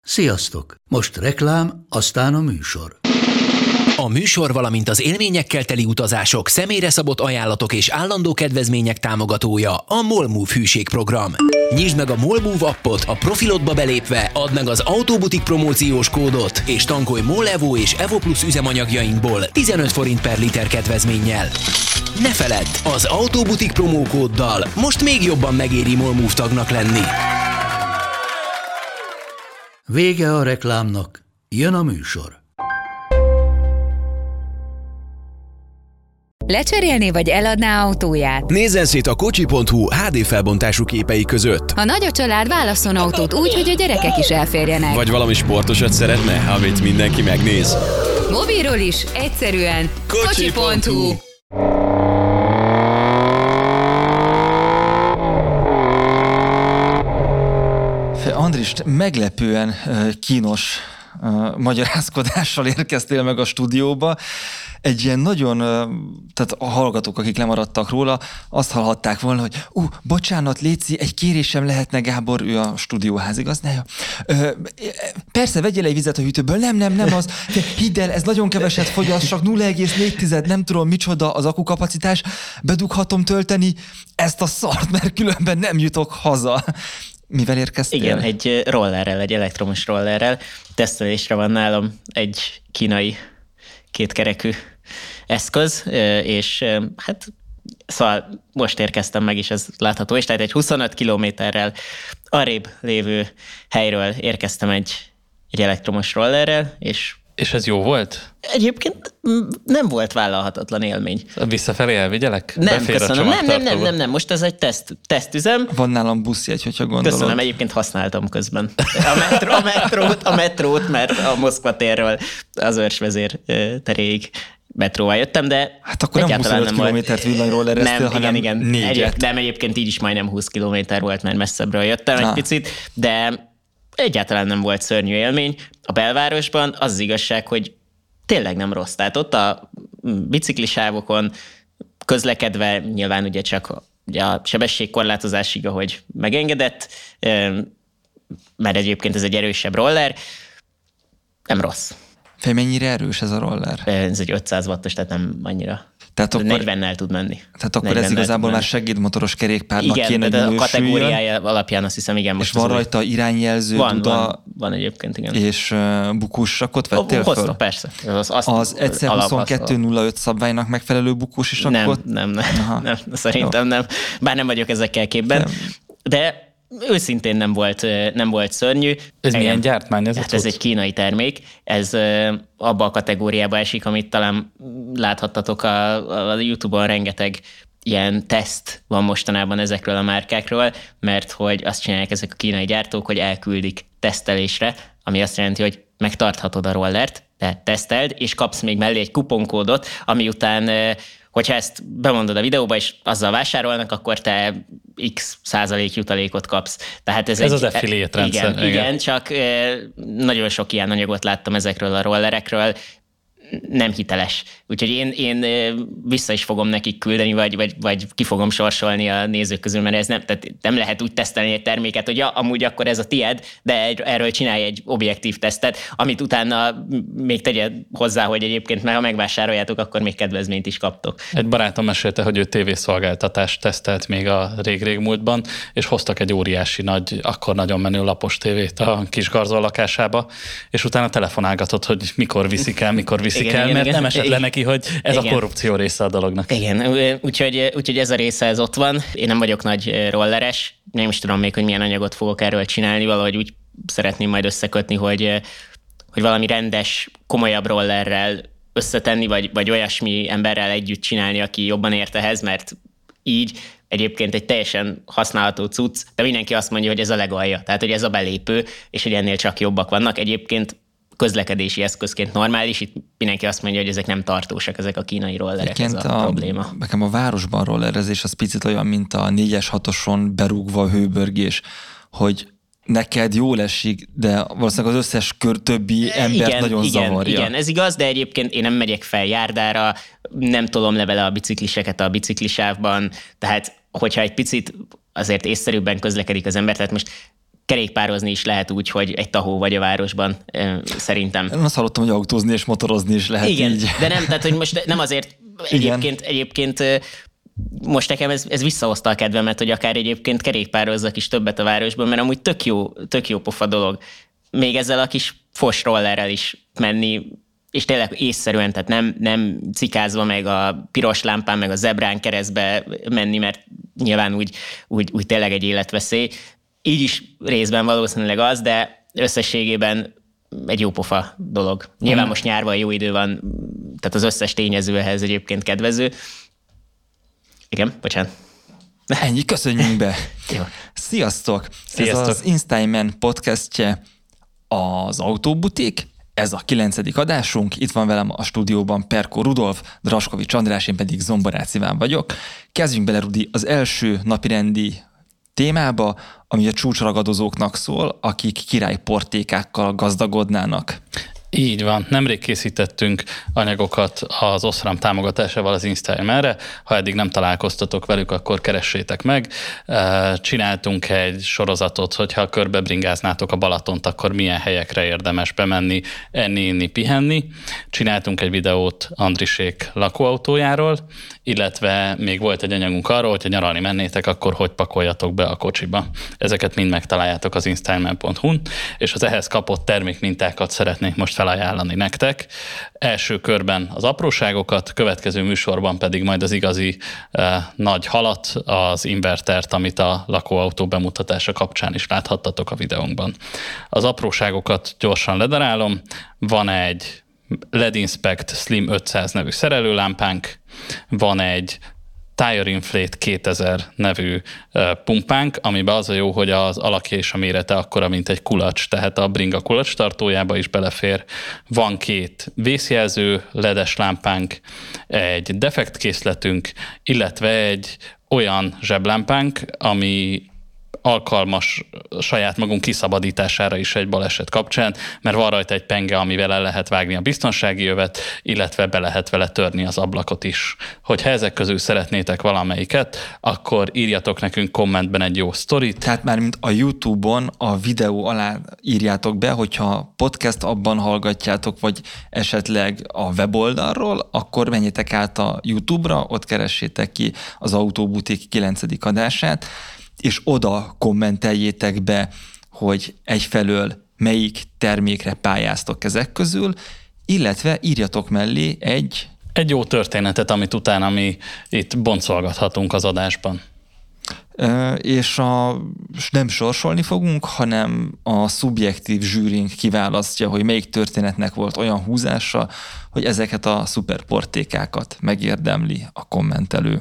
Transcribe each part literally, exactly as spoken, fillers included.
Sziasztok! Most reklám, aztán a műsor. A műsor, valamint az élményekkel teli utazások, személyre szabott ajánlatok és állandó kedvezmények támogatója a MOLMOVE hűségprogram. Nyisd meg a MOLMOVE appot, a profilodba belépve add meg az Autobutik promóciós kódot, és tankolj MOL Evo és Evo Plus üzemanyagjainkból tizenöt forint per liter kedvezménnyel. Ne feledd, az Autobutik promókóddal most még jobban megéri MOLMOVE tagnak lenni. Vége a reklámnak, jön a műsor. Lecserélné vagy eladná autóját? Nézzen szét a kocsi pont hu há dé felbontású képei között. Ha nagy a család, válasszon autót úgy, hogy a gyerekek is elférjenek. Vagy valami sportosat szeretne, amit mindenki megnéz. Mobilról is, egyszerűen kocsi pont hu. Andris, meglepően kínos magyarázkodással érkeztél meg a stúdióba. Egy ilyen nagyon, tehát a hallgatók, akik lemaradtak róla, azt hallhatták volna, hogy ú, uh, bocsánat, léci, egy kérésem lehetne, Gábor, ő a stúdióházigazdája. Persze, vegyél egy vizet a hűtőből. Nem, nem, nem az. Hidd el, ez nagyon keveset fogyaszt, csak nulla egész négy, nem tudom micsoda az akkukapacitás. Bedughatom tölteni ezt a szart, mert különben nem jutok haza. Mivel érkeztél? Igen, egy rollerrel, egy elektromos rollerrel. Tesztelésre van nálam egy kínai kétkerekű eszköz, és hát szóval most érkeztem meg, és ez látható is, tehát egy huszonöt kilométerrel arrébb lévő helyről érkeztem egy, egy elektromos rollerrel, és És ez jó volt? Egyébként nem volt vállalhatatlan élmény. Visszafelé elvigyelek? Nem, köszönöm. Nem, nem, nem, nem, nem. Most ez egy teszt, tesztüzem. Van nálam buszjegy, hogyha gondolod. Köszönöm, egyébként használtam közben. A, metró, a, metrót, a metrót, mert a Moszkva térről az Őrsvezér teréig metróval jöttem, de hát akkor nem huszonöt kilométert villanyról eresztél, nem, hanem igen, igen. négyet. Egyéb, de egyébként így is majdnem húsz kilométer volt, mert messzebbről jöttem Na. egy picit, de egyáltalán nem volt szörnyű élmény. A belvárosban az az igazság, hogy tényleg nem rossz. Tehát ott a biciklisávokon közlekedve, nyilván ugye csak ugye a sebességkorlátozásig, ahogy megengedett, mert egyébként ez egy erősebb roller, nem rossz. Fej, mennyire erős ez a roller? Ez egy ötszáz wattos, tehát nem annyira. Tehát akkor, negyvennel tud menni. Tehát akkor ez igazából már segédmotoros kerékpárnak igen, kéne, hogy a kategóriája alapján azt hiszem, igen. És van rajta irányjelző, van, duda, van, van egyébként, igen. És uh, bukusrakot vettél Hoztam, föl? persze. Az, azt az egyszer huszonkettő nulla öt szabványnak megfelelő bukus is nem, rakott? Nem, nem, nem, nem, szerintem Jó. nem. Bár nem vagyok ezekkel képben. Nem. De őszintén nem volt, nem volt szörnyű. Ez Engem, milyen gyártmány? Ez, hát ez egy kínai termék. Ez abba a kategóriába esik, amit talán láthattatok a, a YouTube-on, rengeteg ilyen teszt van mostanában ezekről a márkákról, mert hogy azt csinálják ezek a kínai gyártók, hogy elküldik tesztelésre, ami azt jelenti, hogy megtarthatod a rollert, de teszteld, és kapsz még mellé egy kuponkódot, ami után, hogyha ezt bemondod a videóba, és azzal vásárolnak, akkor te x százalék jutalékot kapsz. Tehát ez, ez egy, az affiliate rendszer. Igen, igen, igen, csak nagyon sok ilyen anyagot láttam ezekről a rollerekről, nem hiteles. Úgyhogy én, én vissza is fogom nekik küldeni, vagy, vagy, vagy ki fogom sorsolni a nézők közül, mert ez nem, tehát nem lehet úgy tesztelni egy terméket, hogy ja, amúgy akkor ez a tied, de erről csinálj egy objektív tesztet, amit utána még tegye hozzá, hogy egyébként ha megvásároljátok, akkor még kedvezményt is kaptok. Egy barátom mesélte, hogy ő tévészolgáltatást tesztelt még a rég-rég múltban, és hoztak egy óriási nagy, akkor nagyon menő lapos tévét a kis garzol lakásába, és utána telefonálgatott, hogy mikor viszik el, mikor viszik igen, el, igen, mert igen, nem esett igen. le neki, hogy ez igen. a korrupció része a dolognak. Igen, úgyhogy, úgyhogy ez a része ez ott van. Én nem vagyok nagy rolleres, nem is tudom még, hogy milyen anyagot fogok erről csinálni, valahogy úgy szeretném majd összekötni, hogy, hogy valami rendes, komolyabb rollerrel összetenni, vagy, vagy olyasmi emberrel együtt csinálni, aki jobban ért ehhez, mert így egyébként egy teljesen használható cucc, de mindenki azt mondja, hogy ez a legalja, tehát hogy ez a belépő, és hogy ennél csak jobbak vannak. Egyébként közlekedési eszközként normális, itt mindenki azt mondja, hogy ezek nem tartósak, ezek a kínai rollerek, ez a, a probléma. Nekem a városban rollerezés az picit olyan, mint a négyes hatoson berúgva a hőbörgés, hogy neked jól esik, de valószínűleg az összes kör többi embert igen, nagyon igen, zavarja. Igen, ez igaz, de egyébként én nem megyek fel járdára, nem tolom le vele a bicikliseket a biciklisávban, tehát hogyha egy picit azért észszerűbben közlekedik az ember, tehát most kerékpározni is lehet úgy, hogy egy tahó vagy a városban, szerintem. Én azt hallottam, hogy autózni és motorozni is lehet. Igen, így. De nem, tehát hogy most nem azért egyébként, egyébként most nekem ez, ez visszahozta a kedvemet, hogy akár egyébként kerékpározzak is többet a városban, mert amúgy tök jó, tök jó pofa dolog. Még ezzel a kis fos rollerrel is menni, és tényleg észszerűen, tehát nem, nem cikázva meg a piros lámpán, meg a zebrán keresztbe menni, mert nyilván úgy, úgy, úgy tényleg egy életveszély. Így is részben valószínűleg az, de összességében egy jó pofa dolog. Nyilván hmm. most nyárban jó idő van, tehát az összes tényező ehhez egyébként kedvező. Igen, bocsánat. Ennyi, köszönjünk be. Jó. Sziasztok! Sziasztok! Ez az Instagram podcastje az Autóbutik. Ez a kilencedik adásunk. Itt van velem a stúdióban Perko Rudolf, Draskovics András, én pedig Zomborácz Iván vagyok. Kezdjünk bele, Rudi, az első napirendi témába, ami a csúcsragadozóknak szól, akik királyportékákkal gazdagodnának. Így van. Nemrég készítettünk anyagokat az Osram támogatásával az Instagramre. Ha eddig nem találkoztatok velük, akkor keressétek meg. Csináltunk egy sorozatot, hogyha körbebringáznátok a Balatont, akkor milyen helyekre érdemes bemenni, enni, inni, pihenni. Csináltunk egy videót Andrisék lakóautójáról, illetve még volt egy anyagunk arról, hogyha nyaralni mennétek, akkor hogy pakoljatok be a kocsiba. Ezeket mind megtaláljátok az instagram pont hu-n, és az ehhez kapott termékmintákat szeretnék most felajánlani nektek. Első körben az apróságokat, következő műsorban pedig majd az igazi eh, nagy halat, az invertert, amit a lakóautó bemutatása kapcsán is láthattatok a videónkban. Az apróságokat gyorsan ledarálom. Van egy el é dé Inspect Slim ötszáz nevű szerelőlámpánk, van egy Tire Inflate kétezer nevű uh, pumpánk, amiben az a jó, hogy az alakja és a mérete akkora, mint egy kulacs, tehát a bringa kulacs tartójába is belefér. Van két vészjelző ledes lámpánk, egy defektkészletünk, illetve egy olyan zseblámpánk, ami alkalmas saját magunk kiszabadítására is egy baleset kapcsán, mert van rajta egy penge, amivel el lehet vágni a biztonsági jövet, illetve be lehet vele törni az ablakot is. Hogyha ezek közül szeretnétek valamelyiket, akkor írjatok nekünk kommentben egy jó sztorit. Tehát már mint a YouTube-on a videó alá írjátok be, hogyha podcast abban hallgatjátok, vagy esetleg a weboldalról, akkor menjetek át a YouTube-ra, ott keressétek ki az Autóbutik kilencedik adását, és oda kommenteljétek be, hogy egyfelől melyik termékre pályáztok ezek közül, illetve írjatok mellé egy... Egy jó történetet, amit utána mi itt boncolgathatunk az adásban. És a, nem sorsolni fogunk, hanem a szubjektív zsűrink kiválasztja, hogy melyik történetnek volt olyan húzása, hogy ezeket a szuperportékákat megérdemli a kommentelő.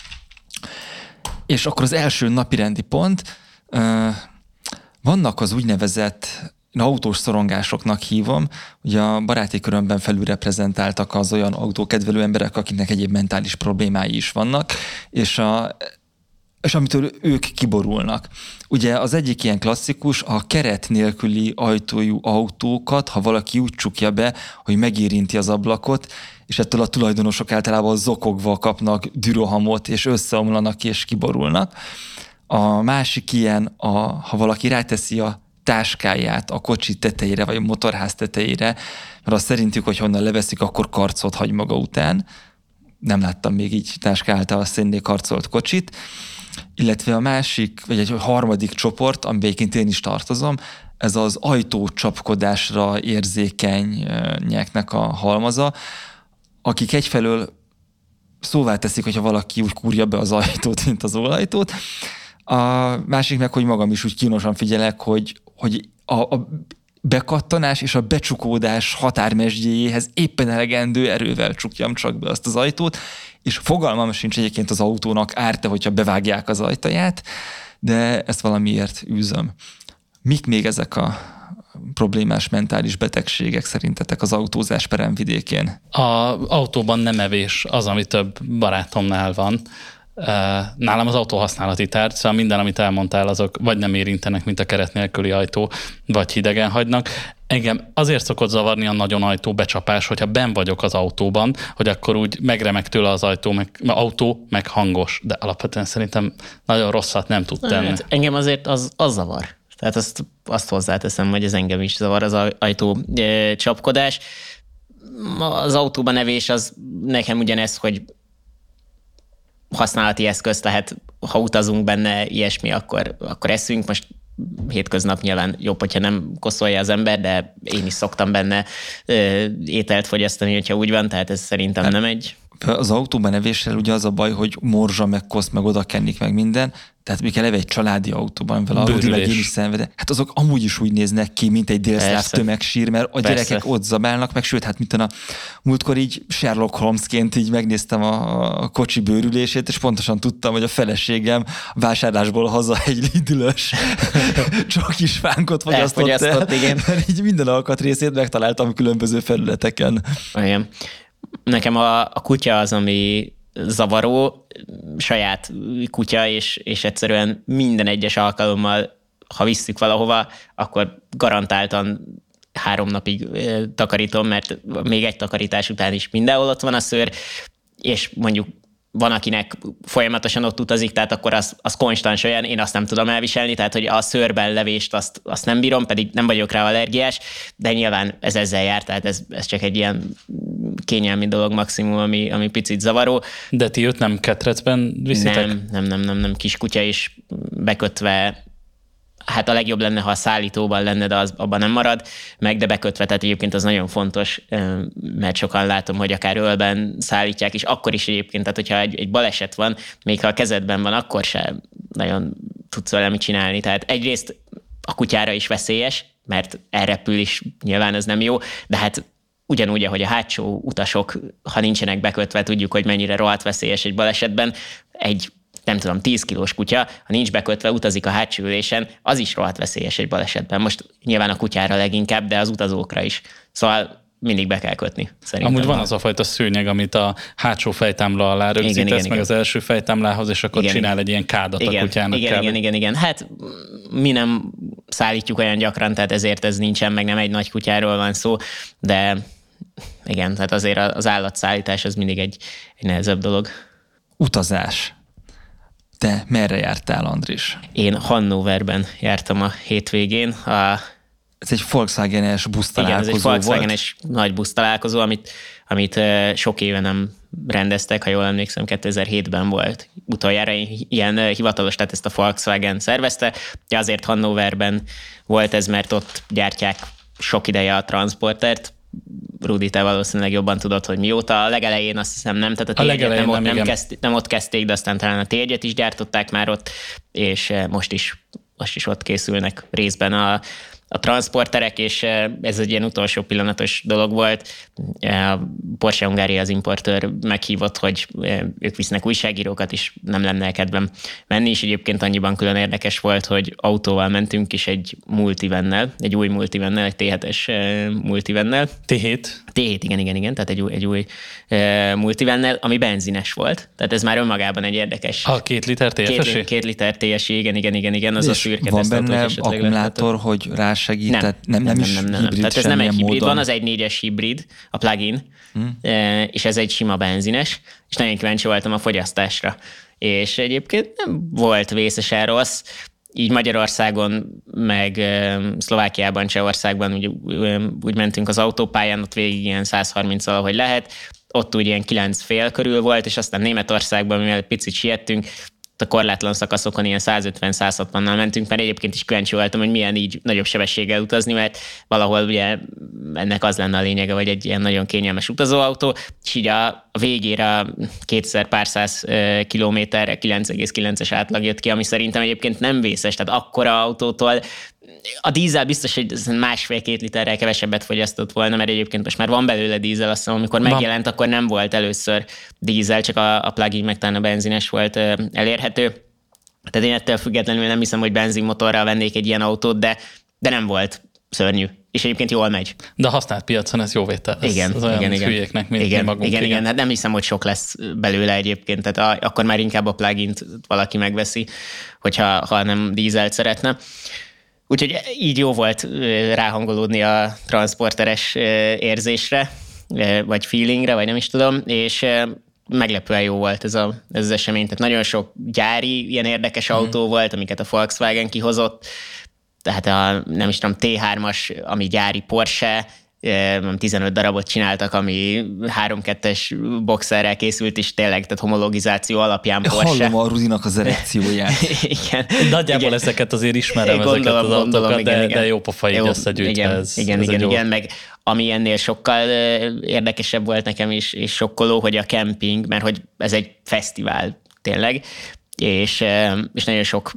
És akkor az első napirendi pont, vannak az úgynevezett autós szorongásoknak hívom, ugye a baráti körömben felülreprezentáltak az olyan autókedvelő emberek, akiknek egyéb mentális problémái is vannak, és, a, és amitől ők kiborulnak. Ugye az egyik ilyen klasszikus, a keret nélküli ajtójú autókat, ha valaki úgy csukja be, hogy megérinti az ablakot, és ettől a tulajdonosok általában zokogva kapnak dürohamot, és összeomlanak és kiborulnak. A másik ilyen, a, ha valaki ráteszi a táskáját a kocsi tetejére, vagy a motorház tetejére, mert azt szerintük, hogy honnan leveszik, akkor karcot hagy maga után. Nem láttam még így táska által szénné karcolt kocsit. Illetve a másik, vagy egy harmadik csoport, amiben egyébként én is tartozom, ez az ajtócsapkodásra érzékenyeknek a halmaza, akik egyfelől szóvá teszik, hogyha valaki úgy kúrja be az ajtót, mint az ólajtót. A másik meg, hogy magam is úgy kínosan figyelek, hogy, hogy a, a bekattanás és a becsukódás határmesdjéjéhez éppen elegendő erővel csukjam csak be azt az ajtót, és fogalmam sincs egyébként az autónak árt-e, hogyha bevágják az ajtaját, de ezt valamiért űzöm. Mik még ezek a problémás mentális betegségek szerintetek az autózás peremvidékén? Az autóban nem evés az, ami több barátomnál van. Nálam az autóhasználati tárgy, szóval minden, amit elmondtál, azok vagy nem érintenek, mint a keret nélküli ajtó, vagy hidegen hagynak. Engem azért szokott zavarni a nagyon ajtó becsapás, hogyha benn vagyok az autóban, hogy akkor úgy megremeg tőle az ajtó, meg, autó, meg hangos, de alapvetően szerintem nagyon rosszat nem tud tenni. Hát engem azért az, az zavar. Tehát azt, azt hozzáteszem, hogy ez engem is zavar, az ajtó csapkodás. Az autóban evés az nekem ugyanez, hogy használati eszköz, tehát ha utazunk benne ilyesmi, akkor, akkor eszünk. Most hétköznap nyilván jobb, hogyha nem koszolja az ember, de én is szoktam benne ö, ételt fogyasztani, hogyha úgy van, tehát ez szerintem hát, nem egy... Az autóban evéssel ugye az a baj, hogy morzsa, meg kosz, meg oda kennik, meg minden, tehát még eleve egy családi autóban, amivel a Rudi meg én is szenvedek. Hát azok amúgy is úgy néznek ki, mint egy délszláv tömegsír, mert a Persze. gyerekek ott zabálnak, meg sőt, hát mint a múltkor így Sherlock Holmesként így megnéztem a, a kocsi bőrülését, és pontosan tudtam, hogy a feleségem vásárlásból haza egy Lidl-ös csokis fánkot fogyasztott el, mert így minden alkatrészét megtaláltam különböző felületeken. Igen. Nekem a, a kutya az, ami zavaró, saját kutya, és, és egyszerűen minden egyes alkalommal, ha visszük valahova, akkor garantáltan három napig takarítom, mert még egy takarítás után is mindenhol ott van a szőr, és mondjuk van, akinek folyamatosan ott utazik, tehát akkor az, az konstans olyan, én azt nem tudom elviselni, tehát hogy a szőrben levést azt, azt nem bírom, pedig nem vagyok rá allergiás, de nyilván ez ezzel jár, tehát ez, ez csak egy ilyen kényelmi dolog maximum, ami, ami picit zavaró. De ti őt nem ketrecben viszitek? Nem, nem, nem, nem, nem kiskutya is bekötve. Hát a legjobb lenne, ha a szállítóban lenne, de az, abban nem marad, meg de bekötve, tehát egyébként az nagyon fontos, mert sokan látom, hogy akár ölben szállítják, és akkor is egyébként, tehát hogyha egy, egy baleset van, még ha a kezedben van, akkor sem nagyon tudsz vele mit csinálni. Tehát egyrészt a kutyára is veszélyes, mert elrepül is, nyilván ez nem jó, de hát ugyanúgy, ahogy a hátsó utasok, ha nincsenek bekötve, tudjuk, hogy mennyire rohadt veszélyes egy balesetben, egy nem tudom, tíz kilós kutya, ha nincs bekötve, utazik a hátsó ülésen, az is rohadt veszélyes egy balesetben. Most nyilván a kutyára leginkább, de az utazókra is. Szóval mindig be kell kötni, szerintem. Amúgy van az a fajta szőnyeg, amit a hátsó fejtámla alá rögzítesz, igen, igen, meg igen. az első fejtámlához, és akkor igen, csinál egy ilyen kádat igen, a kutyának. Igen, igen, igen, igen. Hát mi nem szállítjuk olyan gyakran, tehát ezért ez nincsen, meg nem egy nagy kutyáról van szó, de igen, tehát azért az állatszállítás az mindig egy, egy nehezebb dolog. Utazás. Te merre jártál, Andris? Én Hannoverben jártam a hétvégén. A... Ez egy Volkswagen-es busztalálkozó Igen, ez egy Volkswagen-es nagy busztalálkozó, amit, amit sok éve nem rendeztek, ha jól emlékszem, kétezer-hétben volt utoljára ilyen hivatalos, tehát ezt a Volkswagen szervezte. Azért Hannoverben volt ez, mert ott gyártják sok ideje a Transportert. Rudi, te valószínűleg jobban tudod, hogy mióta. A legelején azt hiszem nem, tehát a, a térgyet nem, nem, nem, kezd, nem ott kezdték, de aztán talán a térgyet is gyártották már ott, és most is, most is ott készülnek részben a, a transporterek, és ez egy ilyen utolsó pillanatos dolog volt. A Porsche Hungária az importőr meghívott, hogy ők visznek újságírókat, és nem lenne kedvem menni, és egyébként annyiban külön érdekes volt, hogy autóval mentünk is egy multivennel, egy új multivennel, egy té hetes multivennel. té hét? té hét, igen, igen, igen, tehát egy új, egy új uh, multivennel, ami benzines volt. Tehát ez már önmagában egy érdekes. A két liter té es-é? Két, két liter té es-é, igen, igen, igen, igen, az és a szürke van benne akkumulátor, hogy rásegít? Nem, nem, nem, nem, nem, nem, nem. Tehát ez nem egy hibrid, módon. Van az egy négyes hibrid, a plug-in, hmm. és ez egy sima benzines, és nagyon kíváncsi voltam a fogyasztásra. És egyébként nem volt vészesen rossz, így Magyarországon, meg Szlovákiában, Csehországban úgy, úgy mentünk az autópályán, ott végig ilyen száz harminc valahogy lehet, ott úgy ilyen kilenc fél körül volt, és aztán Németországban, mivel picit siettünk, a korlátlan szakaszokon ilyen száz ötven száz hatvannal mentünk, mert egyébként is kíváncsi voltam, hogy milyen így nagyobb sebességgel utazni, mert valahol ugye ennek az lenne a lényege, hogy egy ilyen nagyon kényelmes utazóautó, és így a, a végére kétezer pár száz kilométerre kilenc egész kilences átlag jött ki, ami szerintem egyébként nem vészes, tehát akkora autótól a dízel biztos, hogy másfél-két literrel kevesebbet fogyasztott volna, mert egyébként most már van belőle dízel, azt hiszem, amikor megjelent, akkor nem volt először dízel, csak a, a plug-in meg talán a benzines volt elérhető. Tehát én ettől függetlenül nem hiszem, hogy benzinmotorral vennék egy ilyen autót, de, de nem volt szörnyű. És egyébként jól megy. De a használt piacon ez jó vétel. Ez, igen, az olyan igen, igen. hülyéknek, mint igen, magunk. Igen, igen, hát nem hiszem, hogy sok lesz belőle egyébként, tehát a, akkor már inkább a plug-int valaki megveszi, hogyha ha nem dízelt szeretne. Úgyhogy így jó volt ráhangolódni a transporteres érzésre, vagy feelingre, vagy nem is tudom, és meglepően jó volt ez, a, ez az esemény. Tehát nagyon sok gyári, ilyen érdekes mm. autó volt, amiket a Volkswagen kihozott, tehát a, nem is tudom, té hármas, ami gyári Porsche, tizenöt darabot csináltak, ami három kettes boxerrel készült, és tényleg, tehát homologizáció alapján Porsche. Hallom a Rudinak az erekcióját. Igen. Nagyjából igen. Ezeket azért ismerem, gondolom, ezeket az gondolom, autókat, igen, de, igen. de jó pofa így összegyűjtve. Igen, ez, igen, ez igen, jó. igen, meg ami ennél sokkal érdekesebb volt nekem is, és sokkoló, hogy a camping, mert hogy ez egy fesztivál tényleg, és, és nagyon sok...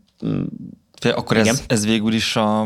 Akkor ez, ez végül is a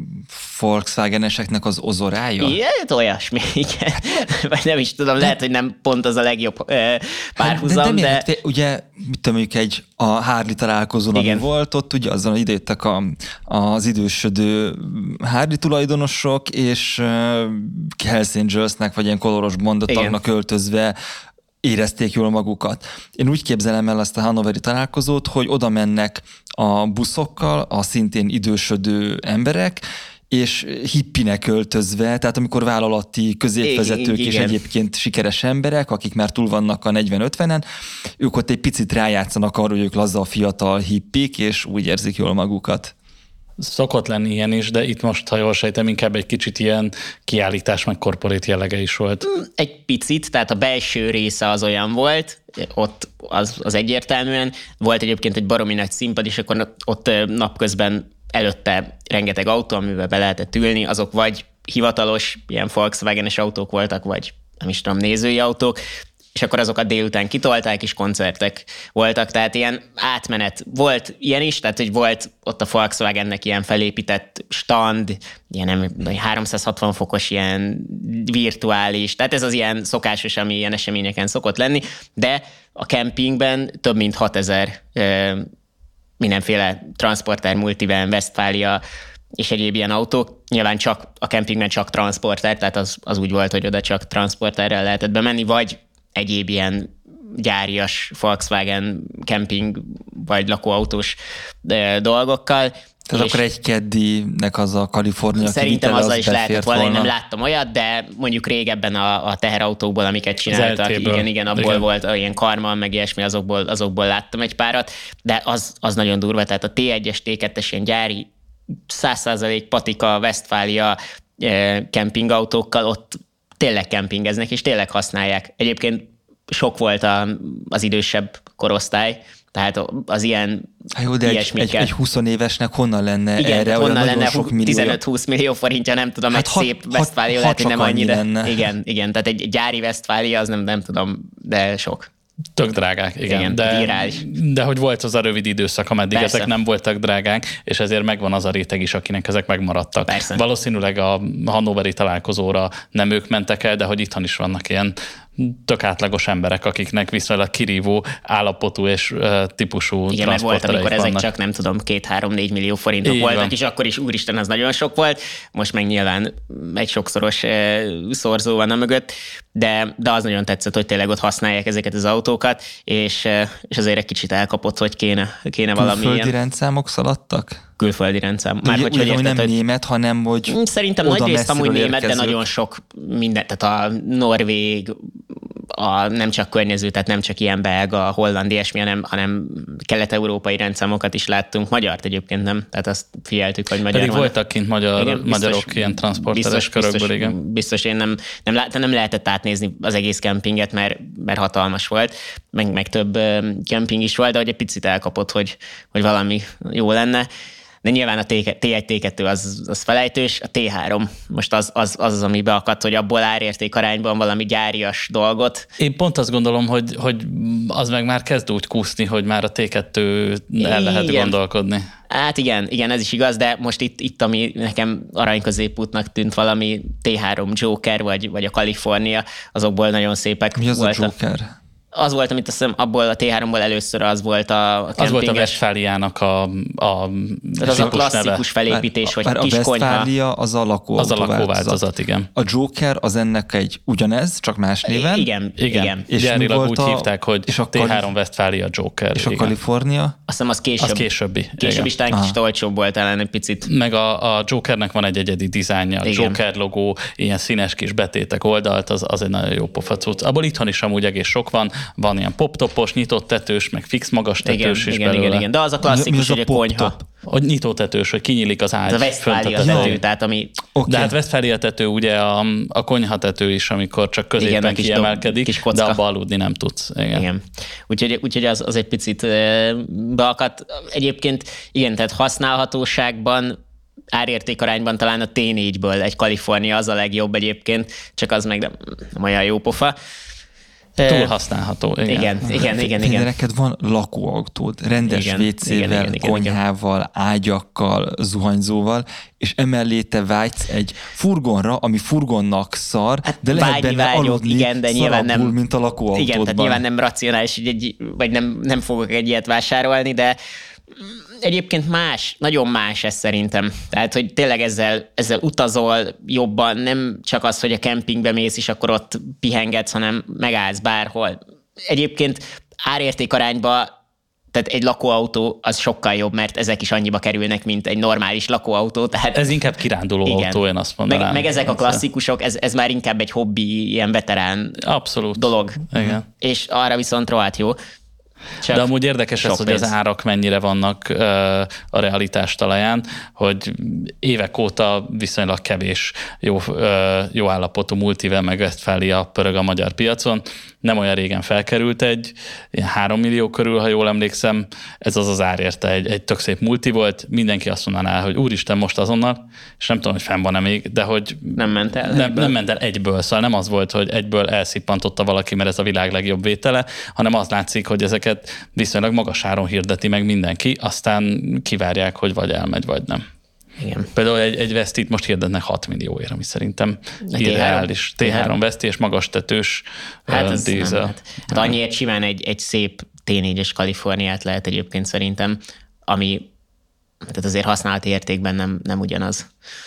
Volkswagen-eseknek az ozorája? Igen, olyasmi, igen. Vagy nem is tudom, de, lehet, hogy nem pont az a legjobb párhuzam, de... de, de... de ugye, mit tudom, egy a Harley találkozón, ami volt ott, ugye azzal idejöttek a, az idősödő Harley tulajdonosok, és Hells Angelsnek, vagy ilyen koloros mondatagnak öltözve érezték jól magukat. Én úgy képzelem el azt a hannoveri találkozót, hogy oda mennek a buszokkal a szintén idősödő emberek, és hippinek öltözve, tehát amikor vállalati középvezetők és egyébként sikeres emberek, akik már túl vannak a negyven-ötvenen, ők ott egy picit rájátszanak arra, hogy ők laza fiatal hippik, és úgy érzik jól magukat. Szokott lenni ilyen is, de itt most, ha jól sejtem, inkább egy kicsit ilyen kiállítás, meg korporét jellege is volt. Egy picit, tehát a belső része az olyan volt, ott az, az egyértelműen. Volt egyébként egy baromi nagy színpad, és akkor ott napközben előtte rengeteg autó, amiben be lehetett ülni, azok vagy hivatalos, ilyen Volkswagen-es autók voltak, vagy nem is tudom, nézői autók, és akkor azokat délután kitolták, és koncertek voltak, tehát ilyen átmenet volt ilyen is, tehát hogy volt ott a Volkswagennek ilyen felépített stand, ilyen háromszázhatvan fokos, ilyen virtuális, tehát ez az ilyen szokásos, ami ilyen eseményeken szokott lenni, de a kempingben több mint hatezer mindenféle transporter, multivan, Westfalia és egyéb ilyen autók. Nyilván csak a kempingben csak transporter, tehát az, az úgy volt, hogy oda csak transporterrel lehetett bemenni, vagy egyéb ilyen gyárias Volkswagen camping vagy lakóautós dolgokkal. Tehát akkor egy keddinek az a Kalifornia szerintem azzal az is lehetett volna, volna. Nem láttam olyat, de mondjuk régebben a, a teherautókból, amiket csináltak, igen, igen, abból igen. volt ilyen Karman, meg ilyesmi, azokból, azokból láttam egy párat, de az, az nagyon durva, tehát a té egyes, té kettes ilyen gyári száz százalék patika, Westfalia kempingautókkal ott tényleg kempingeznek, és tényleg használják. Egyébként sok volt a, az idősebb korosztály, tehát az ilyen Há jó, de egy, egy, egy húsz évesnek honnan lenne igen, erre honnan olyan lenne nagyon sok millió? tizenöt-húsz millió forintja, nem tudom, hát egy hat, szép Westfalia lehet, hogy nem annyi, de igen, igen, tehát egy gyári Westfalia, az nem, nem tudom, de sok. Tök drágák, igen. igen de, de hogy volt az a rövid időszak, ameddig Persze. ezek nem voltak drágák, és ezért megvan az a réteg is, akinek ezek megmaradtak. Persze. Valószínűleg a hannoveri találkozóra nem ők mentek el, de hogy itthon is vannak ilyen tök átlagos emberek, akiknek viszonylag kirívó állapotú és uh, típusú igen, mert volt, amikor vannak. ezek csak nem tudom, két-három-négy millió forintok így voltak, van. És akkor is úristen, az nagyon sok volt. Most meg nyilván egy sokszoros uh, szorzó van a mögött, de, de az nagyon tetszett, hogy tényleg ott használják ezeket az autókat, és, uh, és azért egy kicsit elkapott, hogy kéne, kéne valami ilyen. Külföldi rendszámok szaladtak? Külföldi rendszám. Már hogy, hogy, hogy nem hogy... német, hanem hogy szerintem nagy részt amúgy német, de nagyon sok minden, tehát a norvég, a nem csak környező, tehát nem csak ilyen belga, holland, ilyesmi, hanem, hanem kelet-európai rendszámokat is láttunk. Magyart egyébként nem, tehát azt figyeltük, hogy magyar Pedig van. voltak kint magyar, igen, biztos, magyarok ilyen transporteres körökből, biztos, igen. Biztos, én nem, nem, lá, nem lehetett átnézni az egész kempinget, mert, mert hatalmas volt, meg, meg több kemping is volt, de hogy egy picit elkapott, hogy, hogy valami jó lenne. De nyilván a té egy, té kettő az, az felejtős, a té három most az az, az, az ami beakadt, hogy abból árérték arányban valami gyárias dolgot. Én pont azt gondolom, hogy, hogy az meg már kezd úgy kúszni, hogy már a té kettő el lehet igen. gondolkodni. Hát igen, igen, ez is igaz, de most itt, itt ami nekem aranyközépútnak tűnt valami té három Joker, vagy, vagy a California, azokból nagyon szépek Mi az voltak. a Joker? Az volt, amit azt hiszem, abból a té háromból először az volt a, a Az volt a Westfáliának a, a az a klasszikus neve. Felépítés, vagy kis konyha. A Westfália az a lakóváltozat. Az a lakóváltozat, igen. A Joker az ennek egy ugyanez, csak más néven. Igen, igen. igen. És gyárilag úgy a, hívták, hogy és a té három Westfalia Joker. És igen. A California? Azt hiszem, az később. Az későbbi. Később is talán kicsit olcsóbb volt ellen egy picit. Meg a, a Jokernek van egy egyedi dizájnja. A Joker logó, ilyen színes kis betétek oldalt, az, az egy nagyon jó pofa cucc. Abból itthon is amúgy egész sok van. van ilyen poptopos, nyitott tetős, meg fix magas tetős igen, is igen, belőle. igen, igen, de az a klasszikus, hogy a konyha. A nyitott tetős, hogy kinyílik az ágy. Ez a Westfália tető, tehát ami... Okay. De hát Westfália tető ugye a, a konyha tető is, amikor csak középen igen, kiemelkedik, kis de abba aludni nem tudsz. Igen. igen. Úgyhogy, úgyhogy az, az egy picit beakadt. Egyébként igen, tehát használhatóságban, árértékarányban talán a té négyből egy Kalifornia az a legjobb egyébként, csak az meg nem, nem olyan jó pofa. Túl használható. Igen, igen, igen. igen, igen. De neked van lakóautód, rendes igen, vécével, konyhával, igen. ágyakkal, zuhanyzóval, és emellé te vágysz egy furgonra, ami furgonnak szar, hát de lehet benne vágyok, aludni igen, de nyilván nem, mint a lakóautódban. Igen, tehát nyilván nem racionális, egy, vagy nem, nem fogok egy ilyet vásárolni, de egyébként más, nagyon más ez szerintem. Tehát, hogy tényleg ezzel, ezzel utazol jobban, nem csak az, hogy a kempingbe mész, és akkor ott pihengetsz, hanem megállsz bárhol. Egyébként árértékarányban, tehát egy lakóautó az sokkal jobb, mert ezek is annyiba kerülnek, mint egy normális lakóautó. Tehát ez inkább kiránduló igen. autó, én azt mondanám. Meg, meg ezek a klasszikusok, ez, ez már inkább egy hobbi, ilyen veterán abszolút. dolog. Igen. És arra viszont rohadt jó. Csak de amúgy érdekes ez, hogy az árak mennyire vannak uh, a realitás talaján, hogy évek óta viszonylag kevés jó, uh, jó állapotú multivel meg Westfália pörög a magyar piacon. Nem olyan régen felkerült egy, ilyen három millió körül, ha jól emlékszem, ez az az ár érte, egy, egy tök szép multi volt, mindenki azt mondaná, hogy úristen, most azonnal, és nem tudom, hogy fenn van-e még, de hogy nem ment el nem, nem ment el egyből, szóval nem az volt, hogy egyből elszippantotta valaki, mert ez a világ legjobb vétele, hanem az látszik, hogy ezeket viszonylag magas áron hirdeti meg mindenki, aztán kivárják, hogy vagy elmegy, vagy nem. Igen. Például egy, egy Vestit most hirdetnek hat millióért, ami szerintem irreális. té három Vesti és magas tetős hát uh, dízel. Hát, hát annyiért simán egy, egy szép té négyes Kaliforniát lehet egyébként szerintem, ami tehát azért használati értékben nem, nem ugyanaz.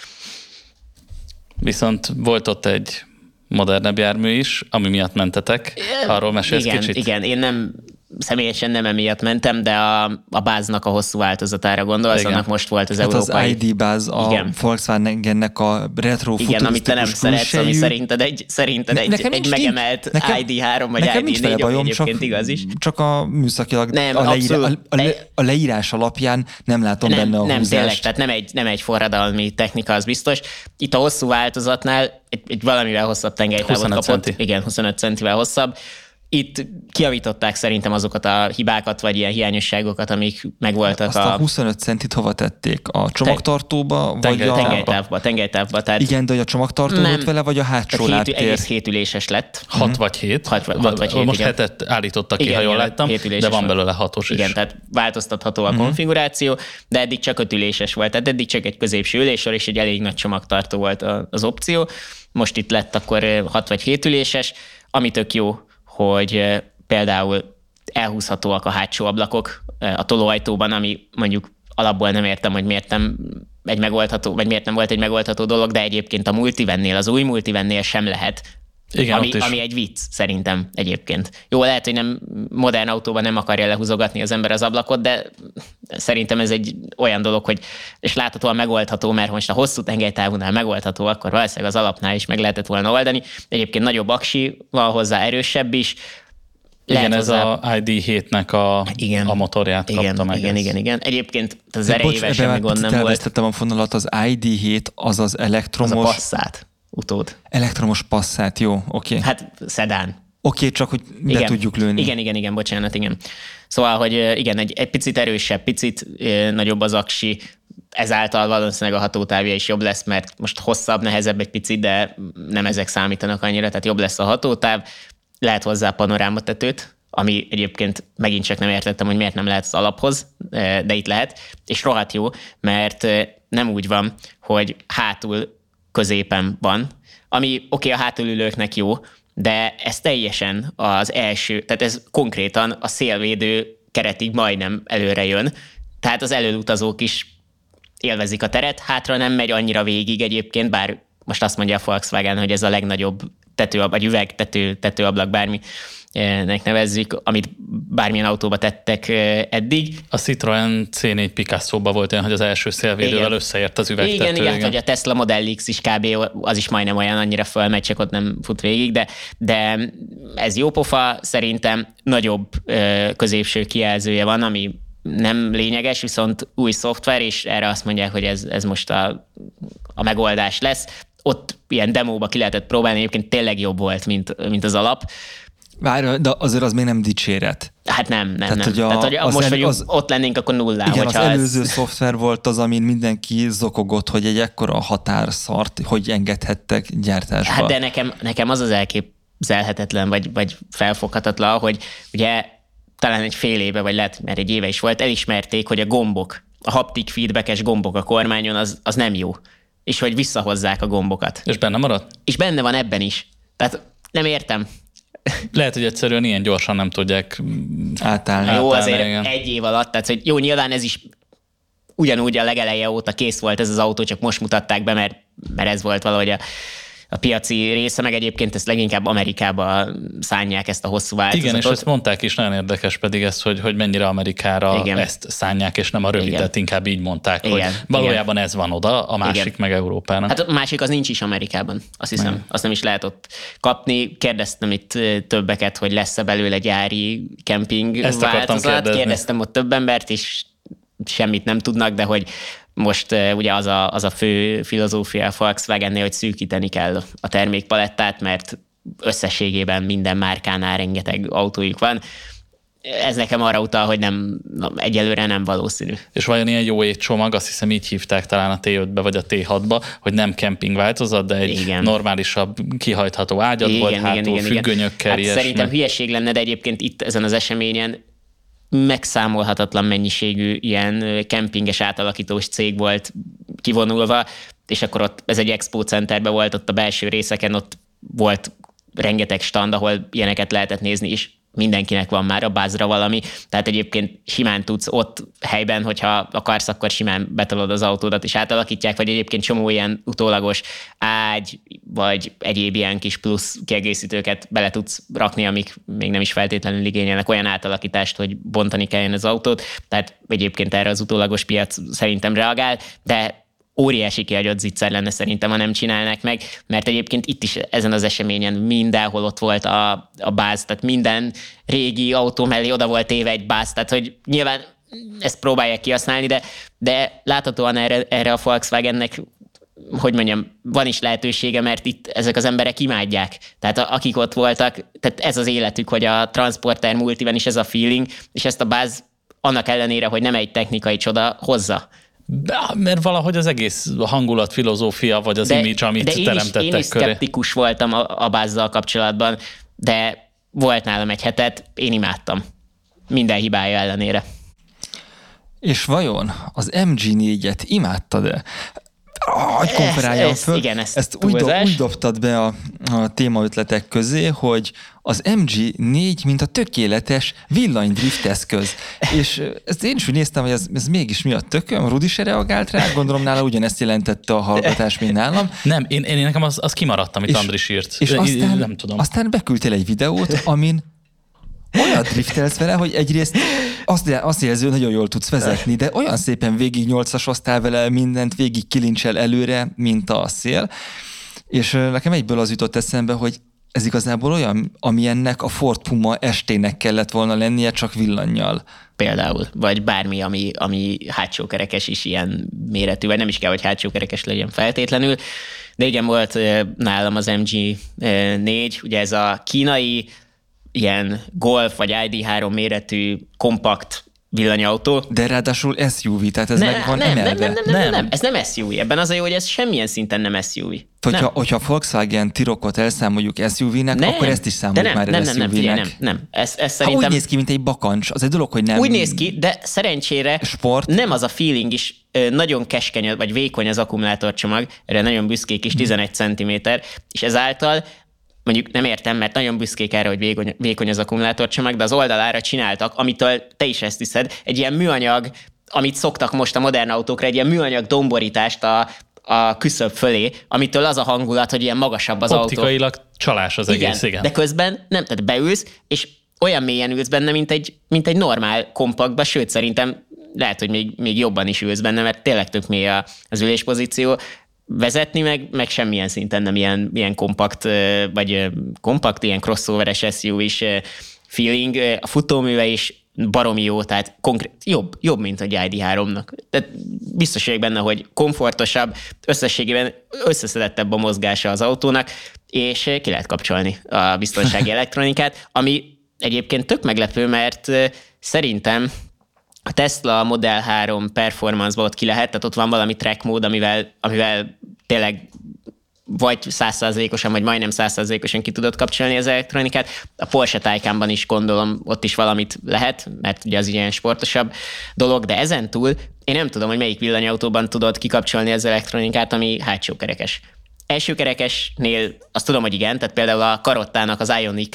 Viszont volt ott egy modernebb jármű is, ami miatt mentetek. Arról mesélsz igen, kicsit? Igen, én nem személyesen nem emiatt mentem, de a, a báznak a hosszú változatára gondolsz, igen. Annak most volt az hát európai... az i dé báz, a igen. Volkswagennek a retro igen, amit te nem szeretsz, ami szerinted egy, szerinted ne, egy, egy megemelt nekem, i dé három vagy i dé négy, ami egyébként csak, igaz is. Csak a műszakilag nem, a, leírá, a, a, le, a leírás alapján nem látom nem, benne a nem, húzást. Nem, tényleg, tehát nem egy, nem egy forradalmi technika, az biztos. Itt a hosszú változatnál egy, egy valamivel hosszabb tengelytávot kapott. Centi. Igen, huszonöt centivel hosszabb. Itt kiavították szerintem azokat a hibákat, vagy ilyen hiányosságokat, amik megvoltak. Azt a, a huszonöt centit hova tették? A csomagtartóba? Te, vagy a... Tengelytávba, tengelytávba. Tehát igen, de hogy a csomagtartó volt vele, vagy a hátsó láttér? Egész hétüléses lett. Hat uh-huh. vagy hét? Hat, hat vagy hét, most igen. hetet állítottak ki, igen, ha jól láttam, de van belőle hatos is. Igen, tehát változtatható a uh-huh. konfiguráció, de eddig csak ötüléses volt. Tehát eddig csak egy középső üléssor és egy elég nagy csomagtartó volt az opció. Most itt lett akkor hat vagy hét üléses, ami tök jó, hogy például elhúzhatóak a hátsó ablakok a tolóajtóban, ami mondjuk alapból nem értem, hogy miért nem egy megoldható, vagy miért nem volt egy megoldható dolog, de egyébként a multivennél, az új multivennél sem lehet. Igen, ami, ami egy vicc szerintem egyébként. Jó, lehet, hogy nem modern autóban nem akarja lehúzogatni az ember az ablakot, de szerintem ez egy olyan dolog, hogy és láthatóan megoldható, mert most a hosszú tengelytávúnál megoldható, akkor valószínűleg az alapnál is meg lehetett volna oldani. Egyébként nagyobb aksi van hozzá, erősebb is. Lehet igen, hozzá... ez a i dé hétnek a, igen, a motorját igen, kapta meg. Igen, igen, igen. Egyébként az erejével semmi gond nem volt. Elvesztettem a fonalat, az i dé hét az az elektromos... Az a Passat utód. Elektromos Passat, jó, oké. Okay. Hát szedán. Oké, okay, csak hogy le igen, tudjuk lőni. Igen, igen, igen, bocsánat, igen. Szóval, hogy igen, egy, egy picit erősebb, picit nagyobb az aksi, ezáltal valószínűleg a hatótávja is jobb lesz, mert most hosszabb, nehezebb egy picit, de nem ezek számítanak annyira, tehát jobb lesz a hatótáv. Lehet hozzá panorámatetőt, ami egyébként megint csak nem értettem, hogy miért nem lehet az alaphoz, de itt lehet, és rohadt jó, mert nem úgy van, hogy hátul középen van, ami oké, okay, a hátulülőknek jó, de ez teljesen az első, tehát ez konkrétan a szélvédő keretig majdnem előre jön, tehát az előutazók is élvezik a teret, hátra nem megy annyira végig egyébként, bár most azt mondja a Volkswagen, hogy ez a legnagyobb tető, vagy üveg, tető, tetőablak, bármi nek nevezzük, amit bármilyen autóba tettek eddig. A Citroen cé négy Picasso-ba volt olyan, hogy az első szélvédővel összeért az üvegtető. Igen, igen, igen, hogy a Tesla Model X is kb. Az is majdnem olyan, annyira fölmegy, csak ott nem fut végig, de, de ez jó pofa, szerintem nagyobb középső kijelzője van, ami nem lényeges, viszont új szoftver, és erre azt mondják, hogy ez, ez most a, a megoldás lesz. Ott ilyen demóba ki lehetett próbálni, egyébként tényleg jobb volt, mint, mint az alap. Várj, de azért az még nem dicséret. Hát nem, nem, Tehát, nem. Hogy a, Tehát, hogy most el, vagyunk, az, ott lennénk, akkor nullá. Igen, az előző ez... szoftver volt az, amin mindenki zokogott, hogy egy ekkora határszart, hogy engedhettek gyártásba. Hát de nekem, nekem az az elképzelhetetlen, vagy, vagy felfoghatatlan, hogy ugye talán egy fél éve, vagy lehet, mert egy éve is volt, elismerték, hogy a gombok, a haptic feedbackes gombok a kormányon, az, az nem jó. És hogy visszahozzák a gombokat. És benne maradt? És benne van ebben is. Tehát nem értem. Lehet, hogy egyszerűen ilyen gyorsan nem tudják átállni. Jó, átállni, azért igen. egy év alatt, tehát hogy jó, nyilván ez is ugyanúgy a legeleje óta kész volt ez az autó, csak most mutatták be, mert, mert ez volt valahogy a, a piaci része, meg egyébként ezt leginkább Amerikába szánják ezt a hosszú változatot. Igen, és ezt mondták is, nagyon érdekes pedig ez, hogy, hogy mennyire Amerikára igen. ezt szánják, és nem a rövidet, igen. inkább így mondták, igen. hogy valójában igen. ez van oda, a másik igen. meg Európának. Hát a másik az nincs is Amerikában, azt hiszem. Nem. Azt nem is lehet ott kapni. Kérdeztem itt többeket, hogy lesz-e belőle gyári kemping ezt változat. Kérdeztem ott több embert, és semmit nem tudnak, de hogy most uh, ugye az a, az a fő filozófia a Volkswagennél, hogy szűkíteni kell a termékpalettát, mert összességében minden márkánál rengeteg autójuk van. Ez nekem arra utal, hogy nem, egyelőre nem valószínű. És vajon ilyen jó étcsomag, azt hiszem így hívták talán a té ötbe vagy a té hatba, hogy nem kemping változat, de egy igen. normálisabb, kihajtható ágyat igen, volt, igen, hátul igen, függönyökkel, hát szerintem hülyeség lenne, de egyébként itt ezen az eseményen megszámolhatatlan mennyiségű ilyen kempinges átalakítós cég volt kivonulva, és akkor ott ez egy expo centerben volt, ott a belső részeken ott volt rengeteg stand, ahol ilyeneket lehetett nézni, és mindenkinek van már a bázra valami, tehát egyébként simán tudsz ott helyben, hogyha akarsz, akkor simán betolod az autódat és átalakítják, vagy egyébként csomó ilyen utólagos ágy, vagy egyéb ilyen kis plusz kiegészítőket bele tudsz rakni, amik még nem is feltétlenül igényelnek olyan átalakítást, hogy bontani kelljen az autót, tehát egyébként erre az utólagos piac szerintem reagál, de óriási kihagyott zicser lenne szerintem, ha nem csinálnák meg, mert egyébként itt is ezen az eseményen mindenhol ott volt a, a báz, tehát minden régi autó mellé oda volt téve egy báz, tehát hogy nyilván ezt próbálják kihasználni, de, de láthatóan erre, erre a Volkswagennek, hogy mondjam, van is lehetősége, mert itt ezek az emberek imádják. Tehát a, akik ott voltak, tehát ez az életük, hogy a Transporter Multiben is ez a feeling, és ezt a báz annak ellenére, hogy nem egy technikai csoda, hozza. De, mert valahogy az egész hangulat, filozófia, vagy az de, image, amit de én teremtettek is, én is köré. szkeptikus voltam a, a bázzal kapcsolatban, de volt nálam egy hetet, én imádtam. Minden hibája ellenére. És vajon az em gé négyet imádtad-e? Hogy konferáljam föl, igen, ezt, ezt úgy, do, úgy dobtad be a, a témaötletek közé, hogy az em gé négy, mint a tökéletes villanydrift eszköz. És ezt én is úgy néztem, hogy ez, ez mégis mi a tököm, Rudi se reagált rá, gondolom nála ugyanezt jelentette a hallgatás, mint nálam. Nem, én, én nekem az, az kimaradt, amit és, Andris írt. És aztán, nem tudom. aztán beküldtél egy videót, amin olyan driftelsz vele, hogy egyrészt azt, azt jelző, nagyon jól tudsz vezetni, de olyan szépen végig nyolcasoztál vele, mindent végig kilincsel előre, mint a szél. És nekem egyből az jutott eszembe, hogy ez igazából olyan, amilyennek a Ford Puma estének kellett volna lennie, csak villannyal. Például, vagy bármi, ami, ami hátsókerekes is ilyen méretű, vagy nem is kell, hogy hátsókerekes legyen feltétlenül. De igen, volt nálam az em gé négy, ugye ez a kínai ilyen Golf vagy i dé három méretű kompakt villanyautó. De ráadásul es u vé, tehát ez ne, meg van nem, emelve. Nem, nem, nem, nem, nem, ez nem es u vé. Ebben az a jó, hogy ez semmilyen szinten nem es u vé. Hogyha, hogyha Volkswagen Tirokot elszámoljuk es u vé-nek, nem, akkor ezt is számoljuk nem, már nem, el nem, es u vé-nek. Nem, nem, nem. Ez, ez szerintem... Ha úgy néz ki, mint egy bakancs. Az egy dolog, hogy nem... Úgy néz ki, de szerencsére sport. Nem az a feeling is, nagyon keskeny, vagy vékony az akkumulátorcsomag, erre nagyon büszkék is, tizenegy centiméter, és ezáltal mondjuk nem értem, mert nagyon büszkék erre, hogy vékony, vékony az akkumulátorcsomag, de az oldalára csináltak, amitől te is ezt hiszed, egy ilyen műanyag, amit szoktak most a modern autókra, egy ilyen műanyag domborítást a, a küszöb fölé, amitől az a hangulat, hogy ilyen magasabb az Optikailag autó. csalás az Igen, egész, igen. De közben nem, tehát beülsz, és olyan mélyen ülsz benne, mint egy, mint egy normál kompaktba, sőt szerintem lehet, hogy még, még jobban is ülsz benne, mert tényleg tök mély az üléspozíció. Vezetni meg, meg semmilyen szinten nem ilyen, ilyen kompakt, vagy kompakt, ilyen crossoveres es u vé-s feeling. A futóműve is baromi jó, tehát konkrét, jobb, jobb, mint a i dé háromnak. Tehát biztos vagyok benne, hogy komfortosabb, összességében összeszedettebb a mozgása az autónak, és ki lehet kapcsolni a biztonsági elektronikát, ami egyébként tök meglepő, mert szerintem a Tesla Model három Performance-ba ott ki lehet, tehát ott van valami track mód, amivel, amivel tényleg vagy száz százalékosan, vagy majdnem száz százalékosan ki tudod kapcsolni az elektronikát. A Porsche Taycanban is gondolom, ott is valamit lehet, mert ugye az ilyen sportosabb dolog, de ezen túl én nem tudom, hogy melyik villanyautóban tudod kikapcsolni az elektronikát, ami hátsó kerekes. Első kerekesnél azt tudom, hogy igen, tehát például a Carottának az Ioniq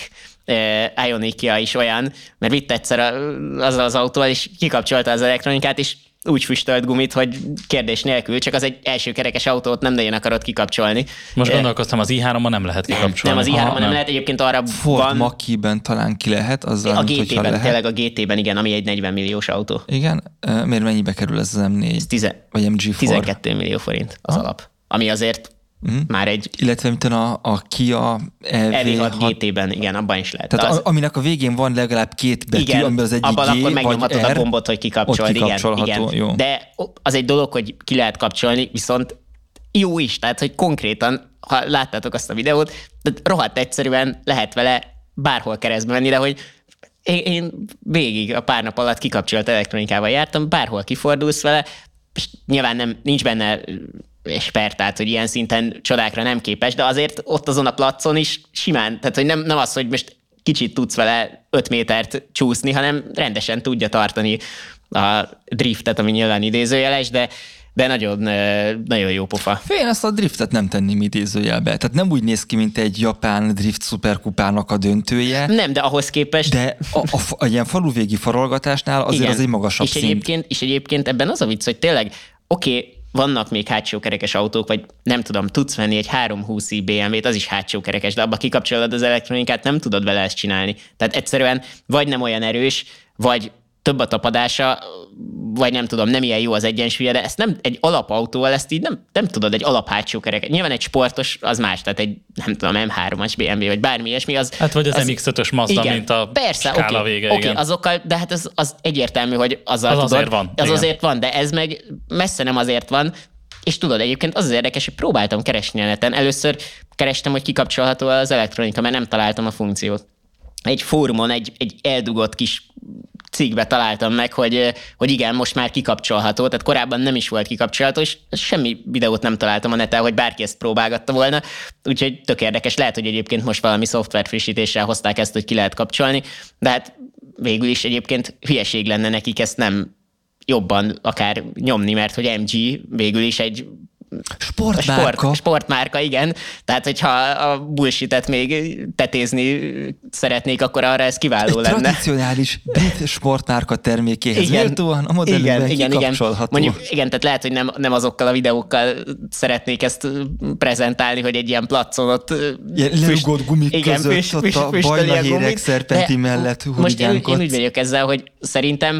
Ioniqja is olyan, mert vitt egyszer azzal az autóval, és kikapcsolta az elektronikát, és úgy füstölt gumit, hogy kérdés nélkül, csak az egy első kerekes autót nem nagyon akarod kikapcsolni. Most gondolkoztam, az i háromban nem lehet kikapcsolni. Nem, az i háromban nem lehet, egyébként arra Ford van... Mach-ben talán ki lehet, azzal, A mint, gé té-ben, lehet. tényleg a gé té-ben, igen, ami egy negyven milliós autó. Igen? Miért mennyibe kerül ez az em négy? Ez tize, vagy em gé négy? tizenkét millió forint az ha? alap. Ami azért uh-huh. már egy... Illetve mint a, a Kia e vé hat gé té-ben, igen, abban is lehet. Tehát az... a, aminek a végén van legalább két betű, igen, amiben az egyik abban G akkor megnyomhatod vagy a R, gombot, hogy kikapcsold, igen, igen. Jó. De az egy dolog, hogy ki lehet kapcsolni, viszont jó is, tehát hogy konkrétan, ha láttátok azt a videót, rohadt egyszerűen lehet vele bárhol keresztbe menni, de hogy én, én végig a pár nap alatt kikapcsolt elektronikával jártam, bárhol kifordulsz vele, és nyilván nem, nincs benne expert, tehát hogy ilyen szinten csodákra nem képes, de azért ott azon a placon is simán, tehát hogy nem, nem az, hogy most kicsit tudsz vele öt métert csúszni, hanem rendesen tudja tartani a driftet, ami nyilván idézőjeles, de de nagyon, nagyon jó pofa. Én ezt a driftet nem tenném idézőjelbe. Tehát nem úgy néz ki, mint egy japán drift szuperkupának a döntője. Nem, de ahhoz képest... De a, a, a ilyen faluvégi farolgatásnál azért igen, az egy magasabb és szint. Egyébként, és egyébként ebben az a vicc, hogy tényleg oké, okay, vannak még hátsókerekes autók, vagy nem tudom, tudsz venni egy háromszázhúsz i bé em vét, az is hátsókerekes, de abba kikapcsolod az elektronikát, nem tudod vele ezt csinálni. Tehát egyszerűen vagy nem olyan erős, vagy több a tapadása, vagy nem tudom, nem ilyen jó az egyensúlya, de ezt nem egy alapautóval, ezt így nem, nem tudod, egy alap hátsó kereket. Nyilván egy sportos, az más, tehát egy, nem tudom, em hármas bé em vé, vagy bármi ilyesmi. Az, hát vagy az, az em iksz ötös Mazda, igen, mint a persze, skála okay, vége. Oké, okay, azokkal, de hát az, az egyértelmű, hogy azzal az tudod. azért van. Az igen. azért van, de ez meg messze nem azért van, és tudod, egyébként az az érdekes, hogy próbáltam keresni a neten. Először kerestem, hogy kikapcsolható az elektronika, mert nem találtam a funkciót. Egy fórumon, egy, egy eldugott kis cikkbe találtam meg, hogy, hogy igen, most már kikapcsolható, tehát korábban nem is volt kikapcsolható, és semmi videót nem találtam a neten, hogy bárki ezt próbálgatta volna, úgyhogy tök érdekes. Lehet, hogy egyébként most valami szoftver frissítéssel hozták ezt, hogy ki lehet kapcsolni, de hát végül is egyébként hülyeség lenne nekik ezt nem jobban akár nyomni, mert hogy em gé végül is egy Sportmárka. Sport, sportmárka, igen. Tehát, hogyha a bullshit-et még tetézni szeretnék, akkor arra ez kiváló egy lenne. Tradicionális brit sportmárka termékéhez méltóan a modellben kikapcsolható. Mondjuk, igen, tehát lehet, hogy nem, nem azokkal a videókkal szeretnék ezt prezentálni, hogy egy ilyen placon ott lerugott gumik igen, között, füst, ott füst, a bajnahérek szerpenti mellett most én, én úgy vagyok ezzel, hogy szerintem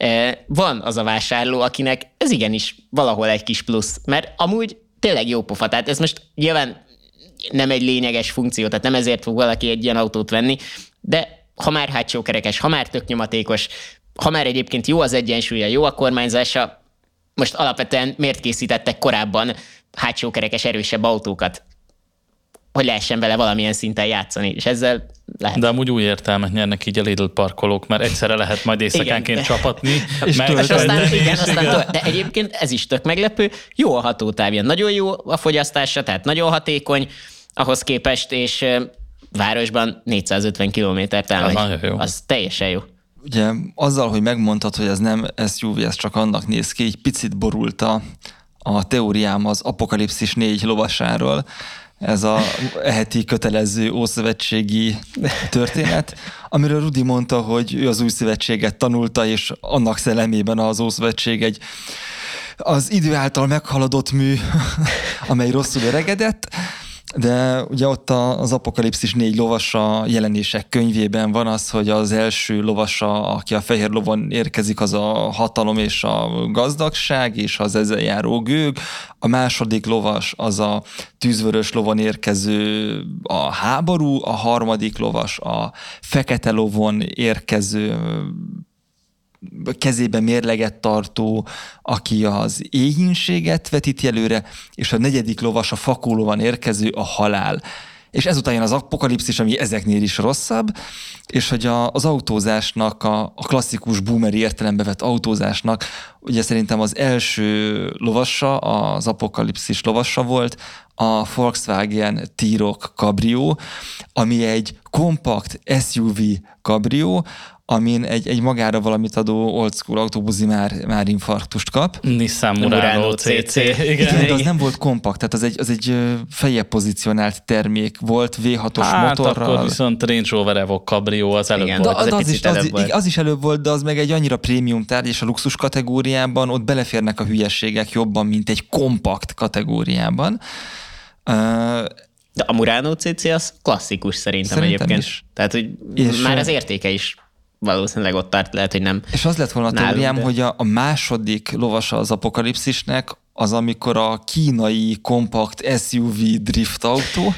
van az a vásárló, akinek ez igenis valahol egy kis plusz, mert amúgy tényleg jó pofa, tehát ez most nyilván nem egy lényeges funkció, tehát nem ezért fog valaki egy ilyen autót venni, de ha már hátsókerekes, ha már tök nyomatékos, ha már egyébként jó az egyensúlya, jó a kormányzása, most alapvetően miért készítettek korábban hátsókerekes erősebb autókat, hogy lehessen vele valamilyen szinten játszani, és ezzel lehet. De amúgy új értelmet nyernek így a Lidl parkolók, mert egyszerre lehet majd éjszakánként csapatni, és meg és aztán, tölteni, igen, és aztán igen. tört. De egyébként ez is tök meglepő, jó a hatótávja, nagyon jó a fogyasztása, tehát nagyon hatékony ahhoz képest, és városban négyszázötven kilométert elmegy. Az nagyon jó. Az teljesen jó. Ugye azzal, hogy megmondtad, hogy ez nem es u vé, ez csak annak néz ki, egy picit borult a, a teóriám az Apokalipszis négy lovasáról, ez a heti kötelező ószövetségi történet, amiről Rudi mondta, hogy ő az új szövetséget tanulta, és annak szellemében az Ószövetség egy az idő által meghaladott mű, amely rosszul öregedett, de ugye ott az Apokalipszis négy lovasa jelenések könyvében van az, hogy az első lovasa, aki a fehér lovon érkezik, az a hatalom és a gazdagság, és az ezzel járó gőg. A második lovas az a tűzvörös lovon érkező a háború, a harmadik lovas a fekete lovon érkező kezében mérleget tartó, aki az éhínséget vetíti előre, és a negyedik lovas a fakólóban érkező a halál. És ezután jön az apokalipszis, ami ezeknél is rosszabb, és hogy a, az autózásnak, a, a klasszikus boomeri értelembe vett autózásnak, ugye szerintem az első lovassa, az apokalipszis lovassa volt, a Volkswagen T-Roc Cabrio, ami egy kompakt es u vé Cabrio, amin egy, egy magára valamit adó old school autóbuzi már, már infarktust kap. Nissan Murano cé cé. Igen, igen, de az nem volt kompakt, tehát az egy, az egy feljebb pozícionált termék volt, vé hatos hát, motorral. akkor viszont Range Rover Evoque Cabrio az előbb Igen, volt. De, az, az, egy az, is, az, volt. az is előbb volt, de az meg egy annyira prémium tárgy, és a luxus kategóriában ott beleférnek a hülyességek jobban, mint egy kompakt kategóriában. Uh, De a Murano cé cé az klasszikus szerintem, Szerintem egyébként. is. Tehát, hogy És már az értéke is valószínűleg ott tart, lehet, hogy nem. És az lett volna a nálunk, teóriám, de... hogy a, a második lovasa az apokalipszisnek az, amikor a kínai kompakt es u vé drift autó,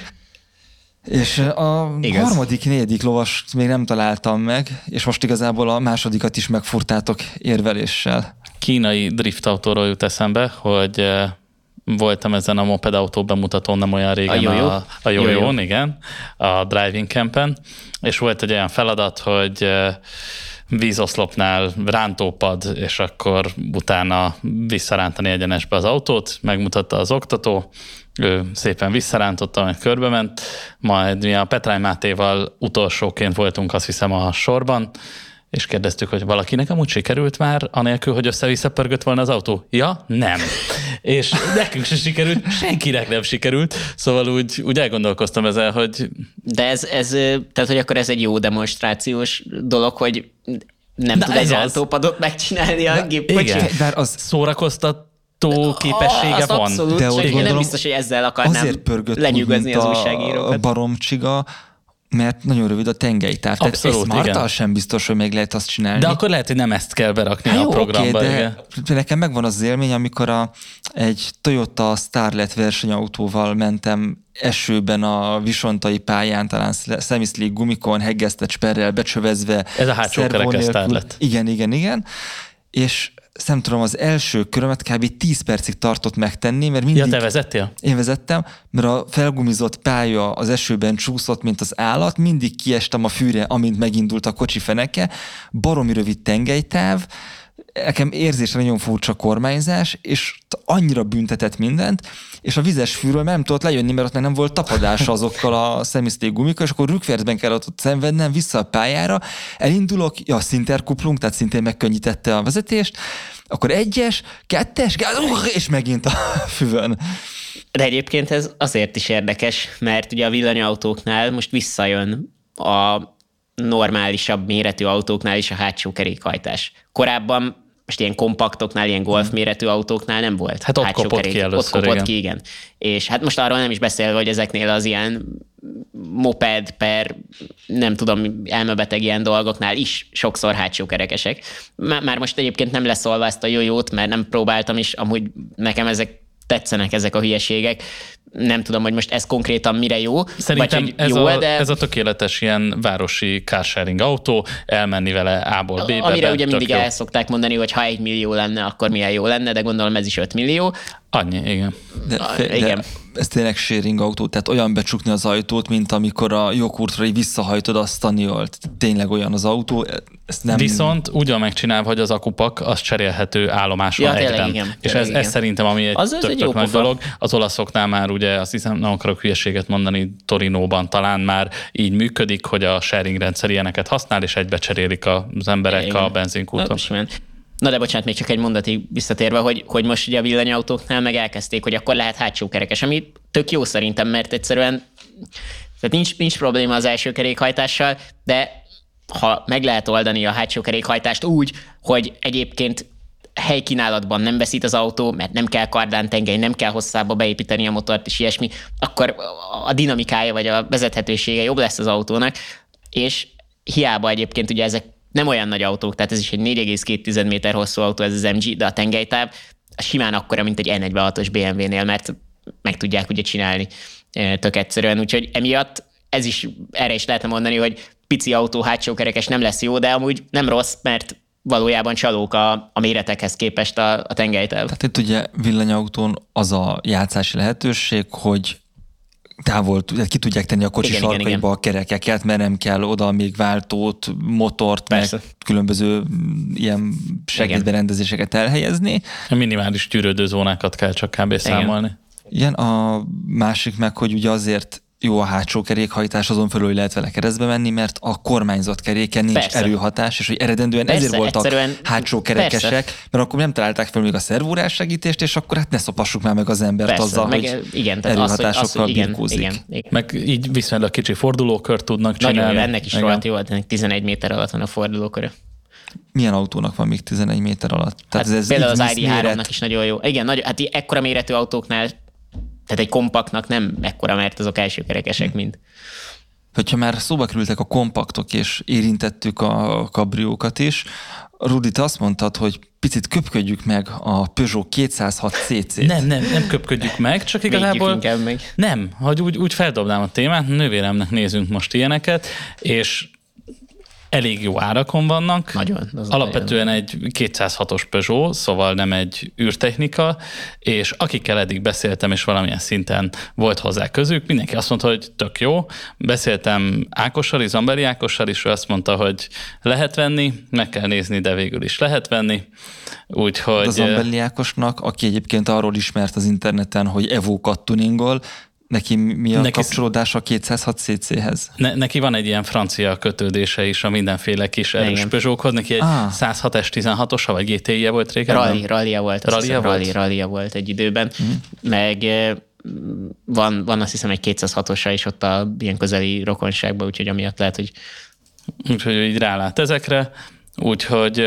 és a Igaz. harmadik, negyedik lovast még nem találtam meg, és most igazából a másodikat is megfurtátok érveléssel. Kínai driftautóról jut eszembe, hogy eh, voltam ezen a mopedautó bemutatón nem olyan régen. A Jojo? A, a Jojón, Jojo. igen, a driving campen, és volt egy olyan feladat, hogy eh, vízoszlopnál rántópad, és akkor utána visszarántani egyenesbe az autót, megmutatta az oktató, ő szépen visszarántotta, majd körbe ment, majd mi a Petrány Mátéval utolsóként voltunk, azt hiszem, a sorban, és kérdeztük, hogy valakinek amúgy sikerült már, anélkül, hogy össze-vissza pörgött volna az autó. Ja, nem. És nekünk se sikerült, senkinek nem sikerült, szóval úgy, úgy elgondolkoztam ezzel, hogy... De ez, ez, tehát, hogy akkor ez egy jó demonstrációs dolog, hogy nem Na tud ez egy az. autópadot megcsinálni a gépkocsi. Igen. Bár az Szórakoztató képessége azt van. abszolút, De csak ott én nem gondolom, biztos, hogy ezzel akarnám azért pörgött úgy, lenyűgözni mint az a újságírókat. baromcsiga, mert nagyon rövid a tengelytáv. Tehát Abszolút, egy Smarttal igen. sem biztos, hogy meg lehet azt csinálni. De akkor lehet, hogy nem ezt kell berakni Hát a jó, programba. oké, Igen. de nekem megvan az élmény, amikor a, egy Toyota Starlet versenyautóval mentem esőben a visontai pályán, talán szemiszlik gumikon, heggesztett sperrel becsövezve. Ez a hátsó szervó kerekes nélkül. Starlet. Igen, igen, igen. És nem tudom, az első körömet kb. tíz percig tartott megtenni, mert mindig... Ja, te vezettél? Én vezettem, mert a felgumizott pálya az esőben csúszott, mint az állat, mindig kiestem a fűre, amint megindult a kocsi feneke, baromi rövid tengelytáv, nekem érzésre nagyon furcsa kormányzás, és annyira büntetett mindent, és a vizes fűről nem tudott lejönni, mert ott már nem volt tapadása azokkal a szemiszték gumikkal, és akkor rükvercben kellett ott szenvednem vissza a pályára, elindulok, ja, szinterkuplunk, tehát szintén megkönnyítette a vezetést, akkor egyes, kettes, gáz, és megint a füvön. De egyébként ez azért is érdekes, mert ugye a villanyautóknál most visszajön a normálisabb méretű autóknál is a hátsó kerékhajtás. Korábban most ilyen kompaktoknál, ilyen golf méretű autóknál nem volt. Hát ott hátsó kopott kerék. ki először, Ott kopott igen. ki, igen. És hát most arról nem is beszélve, hogy ezeknél az ilyen moped per, nem tudom, elmebeteg ilyen dolgoknál is sokszor hátsó kerekesek. Már most egyébként nem leszólva ezt a Jojót, mert nem próbáltam is, amúgy nekem ezek tetszenek ezek a hülyeségek. Nem tudom, hogy most ez konkrétan mire jó. Szerintem vagy, ez, jó, a, de... ez a tökéletes ilyen városi carsharing autó, elmenni vele A-ból B-be. Amire ugye tök mindig jó. el szokták mondani, hogy ha egy millió lenne, akkor milyen jó lenne, de gondolom ez is öt millió. Annyi, igen. De, Ah, de igen. ez tényleg sharing autó, tehát olyan becsukni az ajtót, mint amikor a joghurtra így visszahajtod a staniolt. Tényleg olyan az autó. Ezt nem... Viszont úgy van megcsinálva, hogy az akupak az cserélhető állomáson Ja, tényleg, egyben. igen, És tényleg, ez, ez igen. szerintem ami egy Az- az tök, egy tök jó nagy pofa. dolog. Az olaszoknál már ugye azt hiszem, nem akarok hülyeséget mondani, Torinóban talán már így működik, hogy a sharing rendszer ilyeneket használ, és egybe cserélik az emberek Igen. a benzinkúton. Na, simán. Na de bocsánat, még csak egy mondatig visszatérve, hogy, hogy most ugye a villanyautóknál meg elkezdték, hogy akkor lehet hátsó kerekes, ami tök jó szerintem, mert egyszerűen tehát nincs, nincs probléma az első kerékhajtással, de ha meg lehet oldani a hátsó kerékhajtást úgy, hogy egyébként helykínálatban nem veszít az autó, mert nem kell kardántengely, nem kell hosszába beépíteni a motort és ilyesmi, akkor a dinamikája vagy a vezethetősége jobb lesz az autónak, és hiába egyébként ugye ezek nem olyan nagy autók, tehát ez is egy négy egész két méter hosszú autó, ez az em gé, de a tengelytáv simán akkora, mint egy E negyvenhatos bé em vé-nél, mert meg tudják ugye csinálni tök egyszerűen, úgyhogy emiatt ez is, erre is lehetne mondani, hogy pici autó, hátsó kerekes nem lesz jó, de amúgy nem rossz, mert valójában csalók a, a méretekhez képest a, a tengelytáv. Tehát itt ugye villanyautón az a játszási lehetőség, hogy távol ki tudják tenni a kocsi igen, sarkaiba igen, igen. a kerekeket, mert nem kell oda még váltót, motort, persze. meg különböző ilyen segédberendezéseket elhelyezni. A minimális tűrődőzónákat kell csak kb. Számolni. Igen, a másik meg, hogy ugye azért jó a hátsó kerékhajtás, azon felül lehet vele keresztbe menni, mert a kormányzott keréken nincs persze. erőhatás, és hogy eredendően persze, ezért voltak egyszerűen... hátsó kerekesek, persze. mert akkor nem találták fel még a szervórás segítést, és akkor hát ne szopassuk már meg az embert persze, azzal, meg, hogy igen, erőhatásokkal az, hogy, birkózik. Igen, igen. Meg így viszonylag kicsi fordulókört tudnak csinálni. Nagyon jó, ennek is rohadt jó, ennek tizenegy méter alatt van a fordulóköre. Milyen autónak van még tizenegy méter alatt? Tehát hát ez például az i dé háromnak is nagyon jó. Igen, nagy, hát ekkora méretű autóknál tehát egy kompaktnak nem ekkora, mert azok első kerekesek mind. Hogyha már szóba kerültek a kompaktok, és érintettük a kabriókat is, Rudi, te azt mondtad, hogy picit köpködjük meg a Peugeot kétszázhat cé cét. Nem, nem, nem köpködjük meg, csak igazából nem, hogy úgy, úgy feldobnám a témát, nővéremnek nézünk most ilyeneket, és elég jó árakon vannak. Nagyon. Alapvetően nagyon. Egy kétszázhatos Peugeot, szóval nem egy űrtechnika, és akikkel eddig beszéltem, és valamilyen szinten volt hozzá közük, mindenki azt mondta, hogy tök jó. Beszéltem Ákossal is, Zamberi Ákossal is, ő azt mondta, hogy lehet venni, meg kell nézni, de végül is lehet venni. Úgyhogy... Az Zamberi Ákosnak, aki egyébként arról ismert az interneten, hogy Evokat tuningol, neki mi a neki kapcsolódása a kétszázhat cé céhez? Ne, neki van egy ilyen francia kötődése is a mindenféle kis erős Peugeothoz. Neki egy ah. száz hat es tizenhatosa vagy gé té i-je volt régen? Rally, rallyja volt. Rallyja volt? Rally, rallyja volt egy időben. Mm. Meg van, van azt hiszem egy kétszázhatosa is ott a ilyen közeli rokonságban, úgyhogy amiatt lehet, hogy... Úgyhogy így rálát ezekre. Úgyhogy...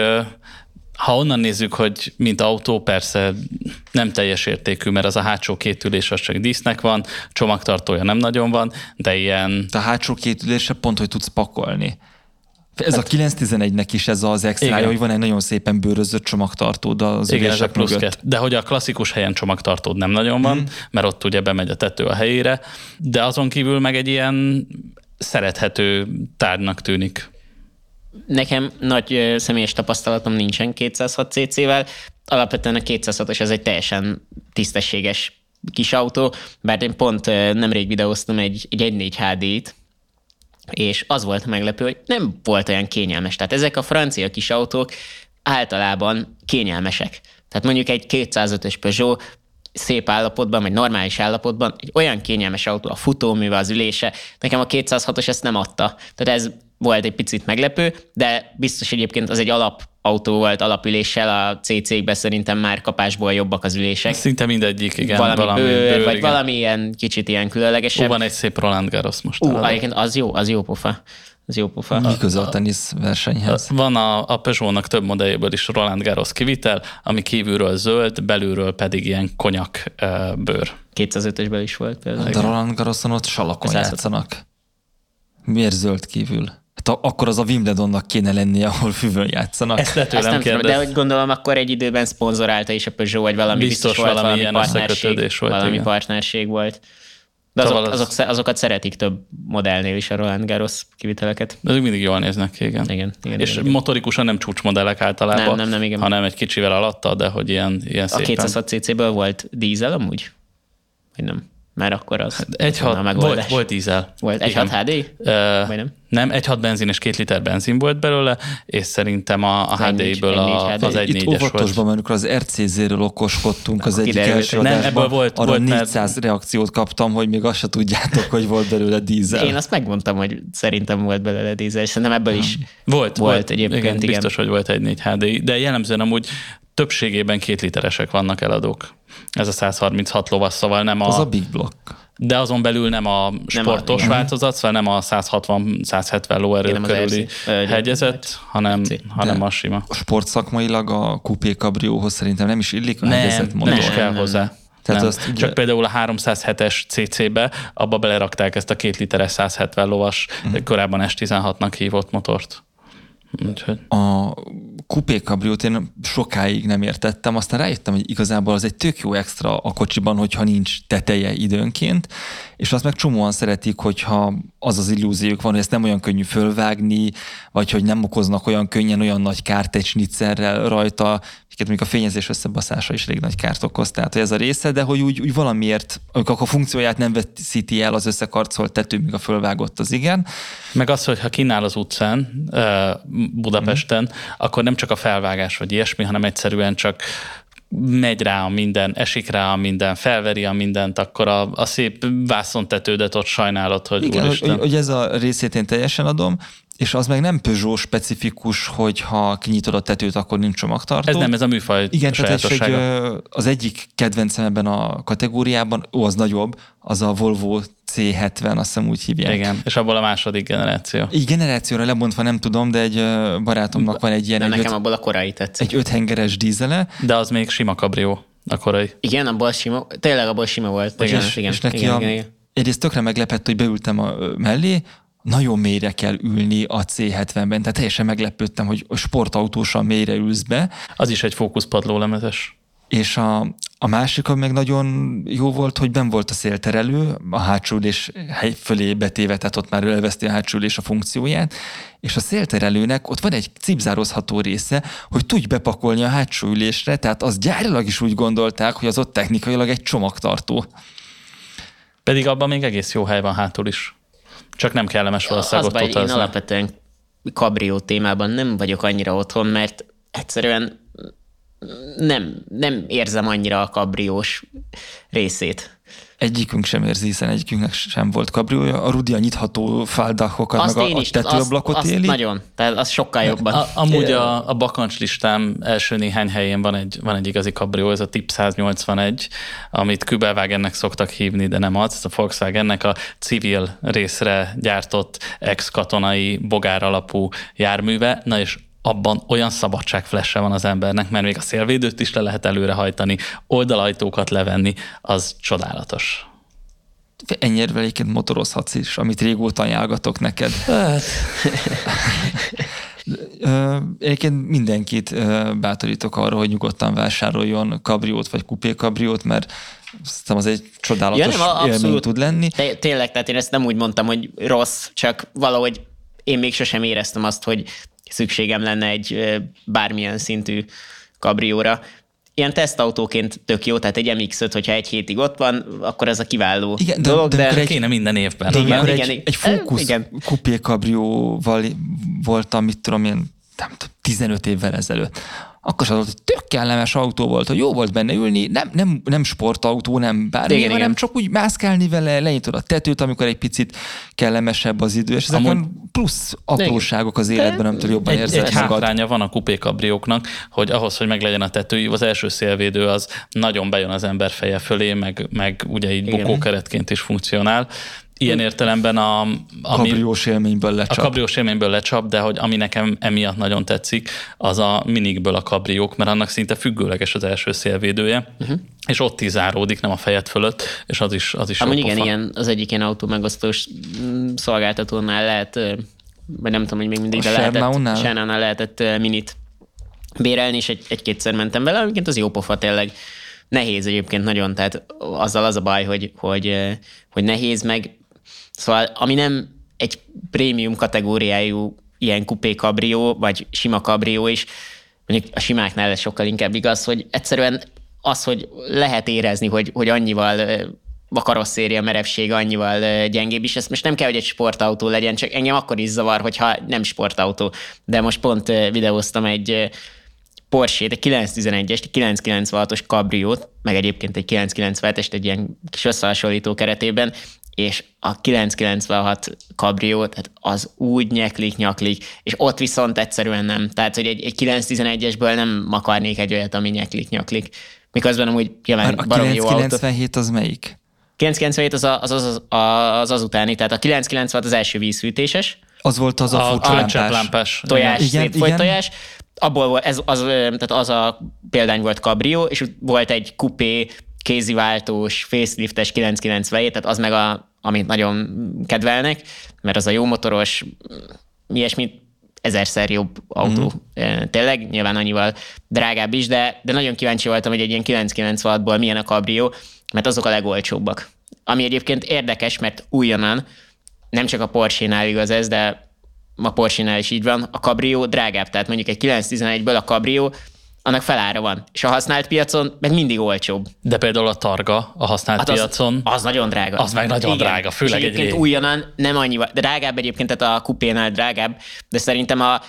Ha onnan nézzük, hogy mint autó, persze nem teljes értékű, mert az a hátsó két ülés az csak dísznek van, csomagtartója nem nagyon van, de ilyen... A hátsó két ülésre pont, hogy tudsz pakolni. Ez hát, a kilenc tizenegynek is ez az extrája, hogy van egy nagyon szépen bőrözött csomagtartód az igen, ülések mögött. Plusz de hogy a klasszikus helyen csomagtartód nem nagyon van, mm. mert ott ugye bemegy a tető a helyére, de azon kívül meg egy ilyen szerethető tárgynak tűnik. Nekem nagy személyes tapasztalatom nincsen kétszázhat cé cével. Alapvetően a kétszázhatos ez egy teljesen tisztességes kis autó, bár én pont nemrég videóztam egy, egy egy négy há dé-t, és az volt meglepő, hogy nem volt olyan kényelmes. Tehát ezek a francia kis autók általában kényelmesek. Tehát mondjuk egy kétszázötös Peugeot szép állapotban, vagy normális állapotban egy olyan kényelmes autó, a futóműve, az ülése, nekem a kétszázhatos ezt nem adta. Tehát ez volt egy picit meglepő, de biztos egyébként az egy alapautó volt, alapüléssel, a cé cékben szerintem már kapásból jobbak az ülések. Szinte mindegyik, igen. Valami, valami bőr, bőr, vagy igen. valami ilyen kicsit ilyen különlegesebb. Ó, van egy szép Roland Garros most. Ú, egyébként az jó, az jó pofa. Az jó pofa. Mi köze a tenisz versenyhez? Van a, a Peugeotnak több modelljéből is Roland Garros kivitel, ami kívülről zöld, belülről pedig ilyen konyak uh, bőr. kétszázötösből is volt például. De Roland Garroson ott salakon játszanak. Miért zöld kívül? Hát akkor az a Wimbledonnak kéne lennie, ahol füvön játszanak. Ezt le tőlem Ezt nem tudom, de hogy gondolom, akkor egy időben szponzorálta is a Peugeot, vagy valami biztos, biztos volt, valami, valami partnerség volt. Valami igen. partnerség volt. De azok, az... azok, azokat szeretik több modellnél is a Roland Garros kiviteleket. De azok mindig jól néznek, igen. igen, igen és igen, motorikusan nem csúcsmodellek általában, nem, nem, nem, igen. hanem egy kicsivel alatta, de hogy ilyen, ilyen szépen. A kétszázhat cé céből volt dízel amúgy? Vagy nem? Már akkor az egy hat, volt, volt dízel. Volt egy hat há dé? Uh, Vagy nem? Nem, egy hat benzin és két liter benzin volt belőle, és szerintem a, a há dé-ből a, az egy négyes volt. Itt óvatosban, amikor az er cé zéről okoskodtunk az egyik első adásban, nem, ebből volt, arra volt, négyszáz mert... reakciót kaptam, hogy még azt se tudjátok, hogy volt belőle dízel. Én azt megmondtam, hogy szerintem volt belőle dízel, és szerintem ebből is volt, volt, volt egyébként. Igen, igen. Biztos, hogy volt egy négy há dé, de jellemzően amúgy többségében két literesek vannak eladók. Ez a száz harminchat lovas, szóval nem a... Az a Big Block. De azon belül nem a sportos nem a, változat, szóval nem a száz hatvan száz hetven lóerő körüli hegyezet, hanem, hanem a sima. A sportszakmailag a coupé cabrióhoz szerintem nem is illik a nem, hegyezett motor. Nem is kell hozzá. Tehát azt Csak ugye... például a háromszázhetes cé cé-be abba belerakták ezt a két literes száz hetven lovas, uh-huh. korábban es tizenhatnak hívott motort. Úgyhogy. A coupé cabriót én sokáig nem értettem, aztán rájöttem, hogy igazából az egy tök jó extra a kocsiban, hogyha nincs teteje időnként, és azt meg csomóan szeretik, hogyha az az illúziók van, hogy ezt nem olyan könnyű fölvágni, vagy hogy nem okoznak olyan könnyen olyan nagy kárt egy snitzerrel rajta, még a fényezés összebaszása is elég nagy kárt okoz, tehát hogy ez a része, de hogy úgy, úgy valamiért, amikor a funkcióját nem veszíti el az összekarcolt tető, míg a fölvágott az igen. Meg az, hogy ha kínál az utcán, Budapesten, mm. akkor nem csak a felvágás vagy ilyesmi, hanem egyszerűen csak megy rá a minden, esik rá a minden, felveri a mindent, akkor a, a szép vászontetődet ott sajnálod, hogy igen, úristen. Hogy, hogy ez a részét én teljesen adom, és az meg nem Peugeot specifikus, hogy ha kinyitod a tetőt, akkor nincs csomagtartó. Ez nem, ez a műfaj igen, sajátossága. Igen, egy, az egyik kedvencem ebben a kategóriában, ó, az nagyobb, az a Volvo cé hetven, azt hiszem úgy hívják. Igen, és abból a második generáció. Így generációra lebontva nem tudom, de egy barátomnak van egy ilyen... De egy nekem öt, abból a korai tetszik. Egy öthengeres dízele. De az még sima kabrió, a korai. Igen, abból sima, tényleg abból sima volt. Igen, és, igen, és neki igen, a, igen, igen. egyrészt tökre meglepett, hogy beültem a mellé, nagyon mélyre kell ülni a cé hetvenben, tehát teljesen meglepődtem, hogy sportautósan mélyre ülsz be. Az is egy fókuszpadló lemezes. És a, a másik, ami meg nagyon jó volt, hogy benn volt a szélterelő, a hátsó ülés fölé betéve, tehát ott már elveszti a hátsó ülés a funkcióját, és a szélterelőnek ott van egy cipzározható része, hogy tudj bepakolni a hátsó ülésre, tehát az gyárilag is úgy gondolták, hogy az ott technikailag egy csomagtartó. Pedig abban még egész jó hely van hátul is. Csak nem kellemes valószínűleg ott utazni. Én alapvetően kabrió témában nem vagyok annyira otthon, mert egyszerűen nem, nem érzem annyira a kabriós részét. Egyikünk sem érzi, hiszen egyikünknek sem volt kabriója. A Rudi a nyitható fáldakokat, meg a, a tetőablakot azt, éli. Azt nagyon, tehát az sokkal jobban. A, amúgy a, a bakancs listám első néhány helyén van egy, van egy igazi kabrió, ez a Tip száznyolcvanegy, amit Kübelwagennek szoktak hívni, de nem az. Ez a Volkswagennek a civil részre gyártott ex-katonai bogár alapú járműve. Na és abban olyan szabadságflesse van az embernek, mert még a szélvédőt is le lehet előrehajtani, oldalajtókat levenni, az csodálatos. Ennyire egyébként motorozhatsz is, amit régóta ajánlgatok neked. Hát. Egyébként mindenkit bátorítok arra, hogy nyugodtan vásároljon kabriót vagy kupé kabriót, mert szerintem az egy csodálatos ja, nem, élmény tud lenni. Té- tényleg, tehát én ezt nem úgy mondtam, hogy rossz, csak valahogy én még sosem éreztem azt, hogy szükségem lenne egy bármilyen szintű kabrióra. Ilyen tesztautóként tök jó, tehát egy em iksz öt, hogyha egy hétig ott van, akkor ez a kiváló igen, dolog. De, de, de egy, kéne minden évben. De igen, igen, igen, egy, egy Focus kupé kabrióval voltam, mit tudom én, nem tudom, tizenöt évvel ezelőtt. Akkor az volt, hogy tök kellemes autó volt, hogy jó volt benne ülni, nem, nem, nem sportautó, nem bármi, igen, hanem igen. csak úgy mászkálni vele, lenyitod a tetőt, amikor egy picit kellemesebb az idő, és ezek Amúgy... plusz apróságok az életben, amitől jobban érzed magad. Egy hátránya van a kupé kabrióknak, hogy ahhoz, hogy meglegyen a tető, az első szélvédő az nagyon bejön az ember feje fölé, meg, meg ugye így bukókeretként is funkcionál. Ilyen értelemben a... A kabriós élményből lecsap. A kabriós élményből lecsap, de hogy ami nekem emiatt nagyon tetszik, az a minikből a kabriók, mert annak szinte függőleges az első szélvédője, uh-huh. és ott is záródik, nem a fejed fölött, és az is, az is jó igen, ilyen, az egyik ilyen autómegosztós szolgáltatónál lehet, vagy nem tudom, hogy még mindig, de lehetett, Sernánál lehetett minit bérelni, és egy, egy-kétszer mentem vele, egyébként az jó pofa tényleg. Nehéz egyébként nagyon, tehát azzal az a baj, hogy, hogy, hogy nehéz, meg szóval ami nem egy prémium kategóriájú ilyen kupé kabrió, vagy sima kabrió is, mondjuk a simáknál lesz sokkal inkább igaz, hogy egyszerűen az, hogy lehet érezni, hogy, hogy annyival a karosszéria merevsége annyival gyengébb is. Ezt most nem kell, hogy egy sportautó legyen, csak engem akkor is zavar, hogyha nem sportautó. De most pont videóztam egy Porsche-t, egy kilencszáztizenegyes, egy kilencszázkilencvenhatos kabriót, meg egyébként egy kilencszázkilencvenhetes, egy ilyen kis összehasonlító keretében, és a kilencszázkilencvenhat kabrió, tehát az úgy nyeklik-nyaklik, és ott viszont egyszerűen nem. Tehát, hogy egy, egy kilencszáztizenegyesből nem akarnék egy olyat, ami nyeklik-nyaklik. Miközben amúgy nyilván baromi jó autó. A kilencszázkilencvenhét az melyik? kilencszázkilencvenhét az, a, az, az, az az utáni, tehát a kilencszázkilencvenhat az első vízfűtéses. Az volt az a, a furcsa lámpás. Tojás, igen, szép folyt tojás. Abból volt, ez, az, tehát az a példány volt Cabrio, és volt egy kupé, kéziváltós, faceliftes kilencszázkilencvenhét, tehát az meg a, amit nagyon kedvelnek, mert az a jó motoros, ilyesmit ezerszer jobb autó. Mm. Tényleg, nyilván annyival drágább is, de, de nagyon kíváncsi voltam, hogy egy ilyen kilencszázkilencvenhatból milyen a Cabrio, mert azok a legolcsóbbak. Ami egyébként érdekes, mert újonnan, nem csak a Porsche-nál igaz ez, de a Porsche-nál is így van, a Cabrio drágább, tehát mondjuk egy kilencszáztizenegyből a Cabrio, annak felára van. És a használt piacon meg mindig olcsóbb. De például a Targa a használt hát az, piacon... Az nagyon drága. Az meg nagyon igen. drága, főleg és egyébként egy újonnan nem annyival, drágább egyébként, tehát a kupénál drágább, de szerintem a...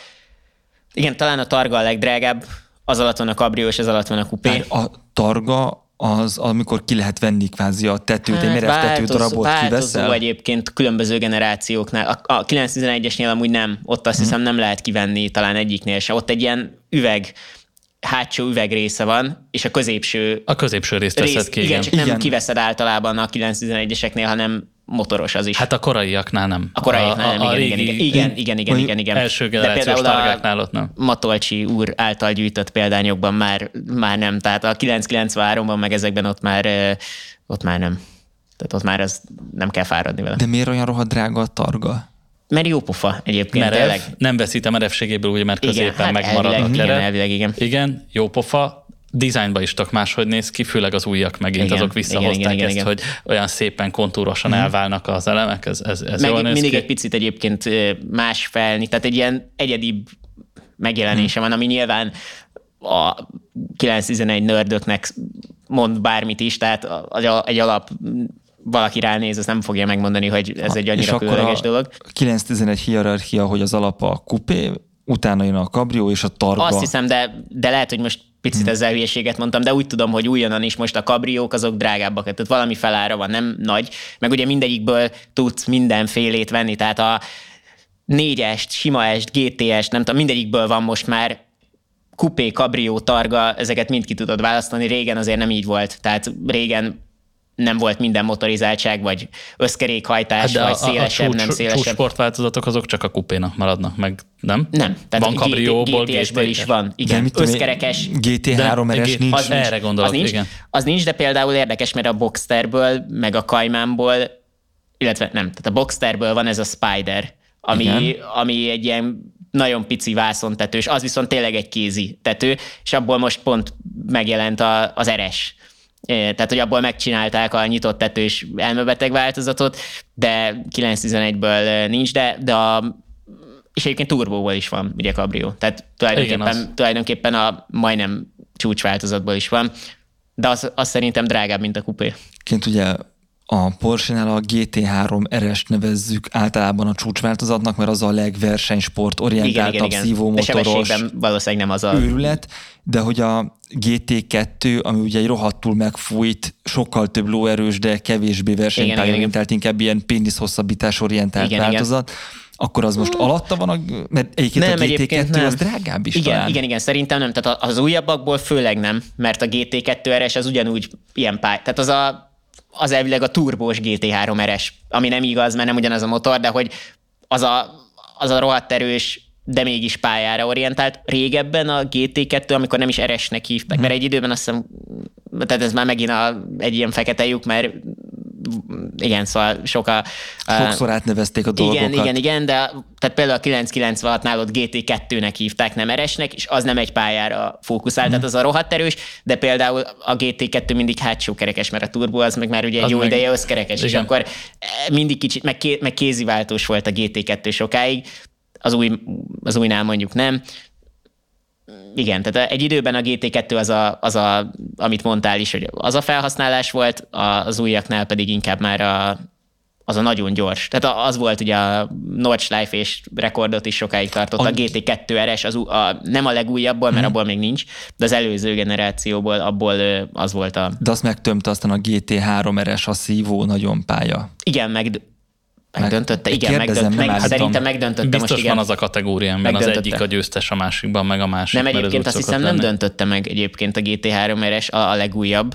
Igen, talán a Targa a legdrágább, az alatt van a Cabrio, és az alatt van a kupé. A Targa az, amikor ki lehet venni kvázi a tetőt, hát, egy merev tetődarabot kiveszel? Változó egyébként különböző generációknál. A, a kilencszáztizenegyesnél amúgy nem, ott azt hmm. hiszem nem lehet kivenni talán egyiknél se. Ott egy ilyen üveg, hátsó üvegrésze van, és a középső... A középső részt rész, veszed ki, igen. igen. Csak nem igen. kiveszed általában a kilencszáztizenegyeseknél, hanem motoros az is. Hát a koraiaknál nem. A koraiaknál a, nem, a, igen, a igen, igen, igen, igen, igen, igen. Első generációs Targáknál ott nem. Matolcsi úr által gyűjtött példányokban már, már nem. Tehát a kilencszázkilencvenháromban meg ezekben ott már, ott már nem. Tehát ott már ez nem kell fáradni vele. De miért olyan rohadt drága a Targa? Mert jó pofa egyébként. Merev, tényleg. nem veszít a merevségéből, ugye, mert középen igen, hát megmarad elvileg, a kere. Igen, elvileg, igen. Igen, jó pofa. Designban is tök máshogy néz ki, főleg az újak megint, igen, azok visszahozták igen, igen, ezt, igen. hogy olyan szépen kontúrosan mm. elválnak az elemek, ez, ez, ez Meg, jól néz mindig ki. egy picit egyébként más felni, tehát egy ilyen egyedibb megjelenése mm. van, ami nyilván a kilencszáztizenegy nördöknek mond bármit is, tehát egy alap valaki ránéz, az nem fogja megmondani, hogy ez egy annyira különleges dolog. A kilencszáztizenegy hierarchia, hogy az alap a kupé, utána jön a Cabrio és a Targa. Azt hiszem, de, de lehet, hogy most picit hmm. ezzel hülyeséget mondtam, de úgy tudom, hogy újonnan is most a Cabriók azok drágábbak, tehát valami felára van, nem nagy, meg ugye mindegyikből tudsz mindenfélét venni, tehát a négyest, sima est, gé té est, nem tudom, mindegyikből van most már kupé, Cabrio, Targa, ezeket mind ki tudod választani, régen azért nem így volt, tehát régen nem volt minden motorizáltság, vagy összkerékhajtás, hát vagy szélesebb, a, a csúcs, nem szélesebb. Csúcs sportváltozatok azok csak a kupénak maradnak meg, nem? Nem. Tehát van Cabrióból, gé té esből is van. Igen, összkerekes. gé té három er es nincs. Az nincs. Erre gondolok, az nincs, igen. Az nincs, de például érdekes, mert a Boxsterből, meg a Caymanból, illetve nem, tehát a Boxsterből van ez a Spider, ami, ami egy ilyen nagyon pici vászontetős, az viszont tényleg egy kézi tető, és abból most pont megjelent a, az er es. Tehát, hogy abból megcsinálták a nyitott tetős elmebeteg változatot, de kilencszáztizenegyből nincs, de, de a, és egyébként turbóból is van, ugye Cabrio. Tehát tulajdonképpen, Igen, tulajdonképpen a majdnem csúcsváltozatból is van, de az, az szerintem drágább, mint a kupé. Ként ugye a Porsche-nál a gé té három er est nevezzük általában a csúcsváltozatnak, mert az a legversenysport orientáltabb, szívómotoros valószínűleg nem az a őrület, de hogy a gé té kettő, ami ugye egy rohadtul megfújt, sokkal több lóerős, de kevésbé versenypályorientált, inkább ilyen péniszhosszabbítás orientált igen, változat, igen. Akkor az most alatta van, a, mert egyébként nem, a gé té kettő nem. Az drágább is igen, talán. Igen, igen, szerintem nem. Tehát az újabbakból főleg nem, mert a gé té kettő er es az ugyanúgy ilyen pály. Tehát az a az elvileg a turbós gé té három er es, ami nem igaz, mert nem ugyanaz a motor, de hogy az a, az a rohadt erős, de mégis pályára orientált. Régebben a gé té kettő, amikor nem is er esnek hívták, hmm. mert egy időben azt hiszem, tehát ez már megint a, egy ilyen fekete lyuk, mert igen, szóval sok a... Sokszor átnevezték a dolgokat. Igen, igen, igen, de tehát például a kilencszázkilencvenhatnál ott gé té kettőnek hívták, nem er esnek, és az nem egy pályára fókuszál, hmm. tehát az a rohadt erős, de például a gé té kettő mindig hátsó kerekes, mert a turbo az meg már ugye egy az jó meg... ideje összkerekes, igen. És akkor mindig kicsit, meg, ké, meg kéziváltós volt a gé té kettő sokáig, az, új, az újnál mondjuk nem. Igen, tehát egy időben a gé té kettő az, a, az a, amit mondtál is, hogy az a felhasználás volt, az újaknál pedig inkább már a, az a nagyon gyors. Tehát az volt ugye a Nordschleife és rekordot is sokáig tartott, a, a gé té kettő er es, az, a, nem a legújabbból, mert hmm. abból még nincs, de az előző generációból abból az volt a... De azt megtömte aztán a gé té három er es, a szívó nagyon pálya. Igen, meg... Megdöntötte, meg, igen, megdönt, meg, szerintem megdöntötte biztos most, igen. Van az a kategóriában, az egyik a győztes a másikban, meg a másik. Nem, egyébként azt hiszem lenni. Nem döntötte meg egyébként a gé té három er es, a, a legújabb,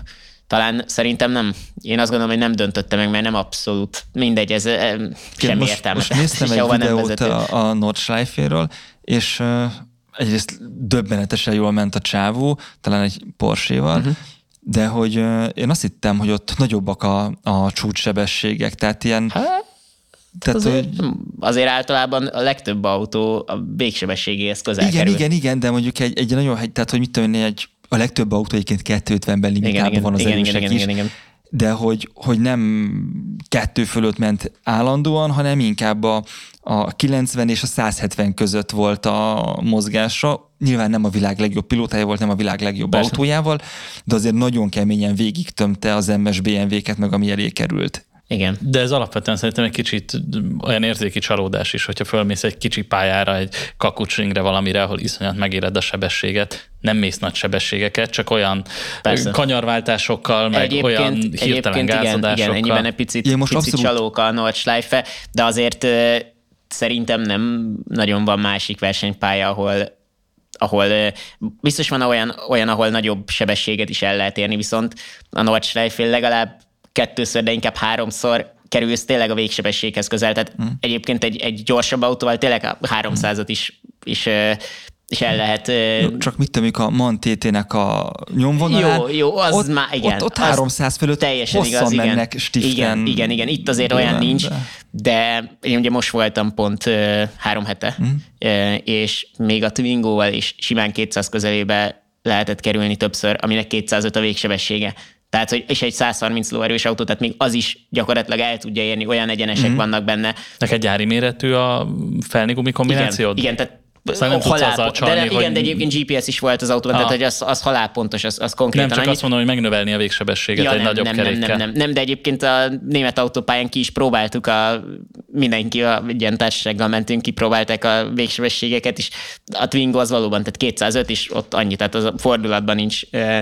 talán szerintem nem. Én azt gondolom, hogy nem döntötte meg, mert nem abszolút mindegy, ez semmi most, értelme. Most néztem egy videót a, a Nordschleife-ről, és uh, egyrészt döbbenetesen jól ment a csávó, talán egy Porsche-val, uh-huh. de hogy uh, én azt hittem, hogy ott nagyobbak a, a csúcssebességek, tehát ilyen... Hát, tehát, azért, hogy... azért általában a legtöbb autó a végsebességéhez közel Igen, kerül. igen, igen, de mondjuk egy, egy nagyon, tehát hogy mit tudom én, egy, a legtöbb autó egyébként kétszázötvenben limitálban van az igen, erősek igen, is. igen, igen. De hogy, hogy nem kettő fölött ment állandóan, hanem inkább a, a kilencven és a száz hetven között volt a mozgása. Nyilván nem a világ legjobb pilótája volt, nem a világ legjobb Persze. autójával, de azért nagyon keményen végig tömte az em es bé em vé-ket, meg ami elé került. Igen. De ez alapvetően szerintem egy kicsit olyan érzéki csalódás is, hogyha fölmész egy kicsi pályára, egy kakucsringre valamire, ahol iszonyat megéred a sebességet, nem mész nagy sebességeket, csak olyan Persze. kanyarváltásokkal, meg egyébként, olyan hirtelen gázadásokkal. Igen, igen, ennyiben egy picit, picit abszolút... csalóka a Nordschleife, de azért uh, szerintem nem nagyon van másik versenypálya, ahol ahol biztos van olyan, olyan, ahol nagyobb sebességet is el lehet érni, viszont a Nordschleife legalább kettőször, de inkább háromszor kerülsz tényleg a végsebességhez közel. Tehát hmm. egyébként egy, egy gyorsabb autóval tényleg a háromszázat is, is, is el lehet... Jó, csak mit tudom, a MAN té té-nek a nyomvonalán, jó, jó, az ott, már, igen. Ott, ott háromszáz fölött teljesen hosszan igaz, mennek igen. stiften. Igen, igen, igen, itt azért olyan de, nincs, de... de én ugye most voltam pont uh, három hete, hmm. uh, és még a Twingo-val is simán kétszáz közelébe lehetett kerülni többször, aminek kétszázöt a végsebessége. Tehát, hogy és egy száz harminc lóerős autó, tehát még az is gyakorlatilag el tudja érni, olyan egyenesek mm. vannak benne. Neked gyári méretű a felnigumi kombinációd? Igen, igen, tehát Szóval nem tudsz azzal csalni, de, hogy... Igen, de egyébként gé pé es is volt az autóban, ah. tehát hogy az, az halálpontos, az, az konkrétan Nem, csak annyit... azt mondom, hogy megnövelni a végsebességet ja, egy nem, nagyobb nem, kerékkel. Nem, nem, nem, nem, de egyébként a német autópályán ki is próbáltuk, a, mindenki a egy ilyen társasággal mentünk, kipróbálták a végsebességeket, és a Twingo az valóban, tehát kétszázöt, és ott annyi, tehát az a fordulatban nincs,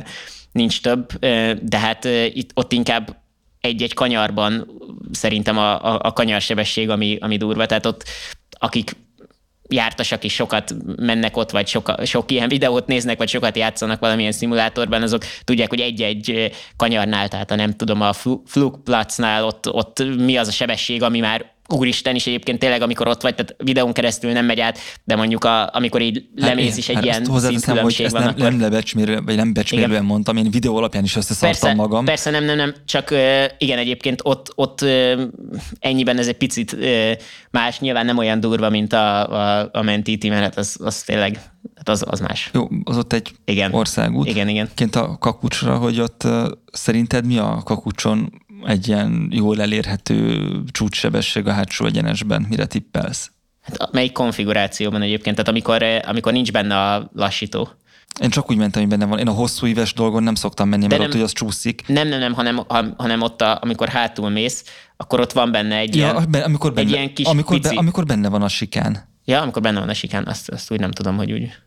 nincs több, de hát itt, ott inkább egy-egy kanyarban szerintem a, a, a kanyarsebesség, ami, ami durva, tehát ott akik jártasak is sokat mennek ott, vagy soka, sok ilyen videót néznek, vagy sokat játszanak valamilyen szimulátorban, azok tudják, hogy egy-egy kanyarnál, tehát a nem tudom, a Flugplatznál ott, ott mi az a sebesség, ami már úristen is egyébként tényleg, amikor ott vagy, tehát videón keresztül nem megy át, de mondjuk a, amikor így lemész hát, is egy hát ilyen szintkülönbség van. Nem, akkor... nem lebecsmérően, vagy nem becsmérően mondtam, én videó alapján is összeszartam persze, magam. Persze, nem, nem, nem, csak igen, egyébként ott, ott ennyiben ez egy picit más, nyilván nem olyan durva, mint a, a, a Mentiti, mert az, az tényleg, az, az más. Jó, az ott egy igen. országút. Igen, igen. Ként a Kakucsra, hogy ott szerinted mi a Kakucson egy ilyen jól elérhető csúcssebesség a hátsó egyenesben? Mire tippelsz? Hát melyik konfigurációban egyébként? Tehát amikor, amikor nincs benne a lassító? Én csak úgy mentem, hogy benne van. Én a hosszú íves dolgon nem szoktam menni, mert nem, ott, hogy az csúszik. Nem, nem, nem, hanem, hanem ott, a, amikor hátul mész, akkor ott van benne egy, ja, ilyen, amikor benne, egy ilyen kis amikor, pici... be, amikor benne van a sikán. Ja, amikor benne van a sikán, azt, azt úgy nem tudom, hogy úgy...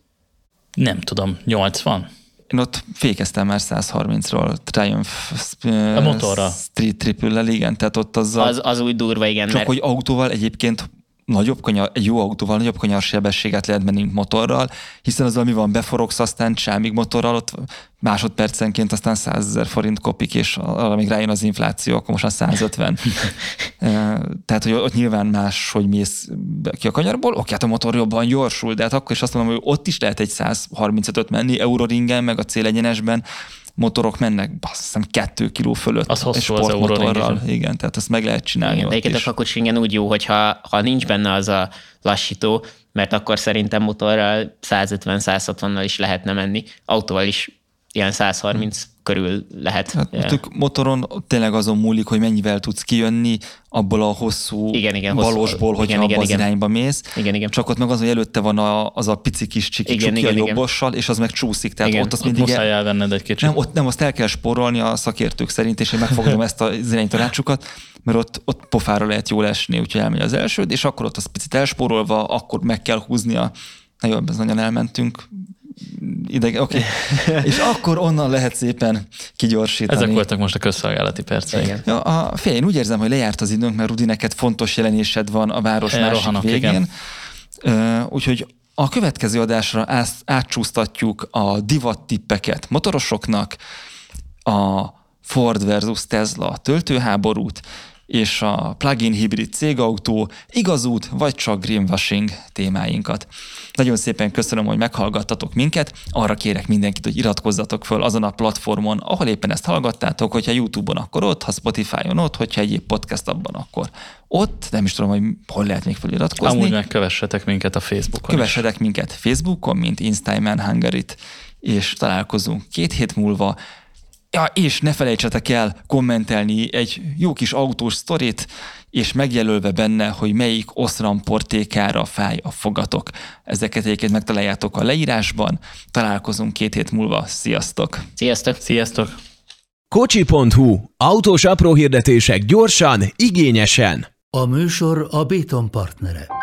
Nem tudom, nyolcvan? Én ott fékeztem már száz harmincról, Triumph a motorra. Street Triple-lel, igen, tehát ott azzal... Az, az úgy durva, igen. Csak mert... hogy autóval egyébként nagyobb kanyar, egy jó autóval nagyobb kanyarsebességet lehet menni, mint motorral, hiszen az, ami van, beforogsz, aztán semmig motorral, ott másodpercenként aztán százezer forint kopik, és arra még rájön az infláció, akkor most a százötven. Tehát, hogy ott nyilván más, hogy mész ki a kanyarból, oké, hát a motor jobban gyorsul, de hát akkor is azt mondom, hogy ott is lehet egy száz harmincötöt menni, Euroringen, meg a célegyenesben, motorok mennek, azt hiszem, kettő kiló fölött. Az hosszú az Euroringen. Igen, tehát azt meg lehet csinálni. Igen, de egyébként a Kakucsringen úgy jó, hogyha ha nincs benne az a lassító, mert akkor szerintem motorral százötven száz hatvannal is lehetne menni, autóval is ilyen száz harminc hmm. körül lehet. Hát, motoron tényleg azon múlik, hogy mennyivel tudsz kijönni abból a hosszú igen, igen, balosból, hogyha abban az irányba mész. Igen, igen. Csak ott meg az, hogy előtte van a, az a pici kis csiki igen, csuki igen, a jobbossal, és az meg csúszik. Tehát igen, ott, azt ott mindig muszáj elvenned egy kicsit. Nem, ott nem, azt el kell spórolni a szakértők szerint, és én megfogadom ezt az iránytanácsukat, mert ott, ott pofára lehet jól esni, úgyhogy elmegy az elsőd, és akkor ott az picit elspórolva, akkor meg kell húzni a... Na jó, ez nagyon elmentünk. Ideg, oké. Okay. És akkor onnan lehet szépen kigyorsítani. Ezek voltak most a közszolgálati percek. Ja, a fél, én úgy érzem, hogy lejárt az időnk, mert Rudi, neked fontos jelenésed van a város másik rohanok, végén. Igen. Úgyhogy a következő adásra átcsúsztatjuk a divattippeket motorosoknak, a Ford versus Tesla töltőháborút, és a plug-in hibrid cégautó, igazút vagy csak greenwashing témáinkat. Nagyon szépen köszönöm, hogy meghallgattatok minket, arra kérek mindenkit, hogy iratkozzatok föl azon a platformon, ahol éppen ezt hallgattátok, hogyha YouTube-on, akkor ott, ha Spotify-on ott, hogyha egyéb podcast abban, akkor ott, nem is tudom, hogy hol lehet még feliratkozni. Amúgy megkövessetek minket a Facebookon. Kövessetek minket Facebookon, mint Instagram Hungaryt, és találkozunk két hét múlva. Ja, és ne felejtsetek el kommentelni egy jó kis autós sztorit, és megjelölve benne, hogy melyik oszram portékára fáj a fogatok. Ezeket egyébként megtaláljátok a leírásban. Találkozunk két hét múlva. Sziasztok! Sziasztok! Sziasztok! Kocsi pont hu. Autós apróhirdetések gyorsan, igényesen. A műsor a Béton partnere.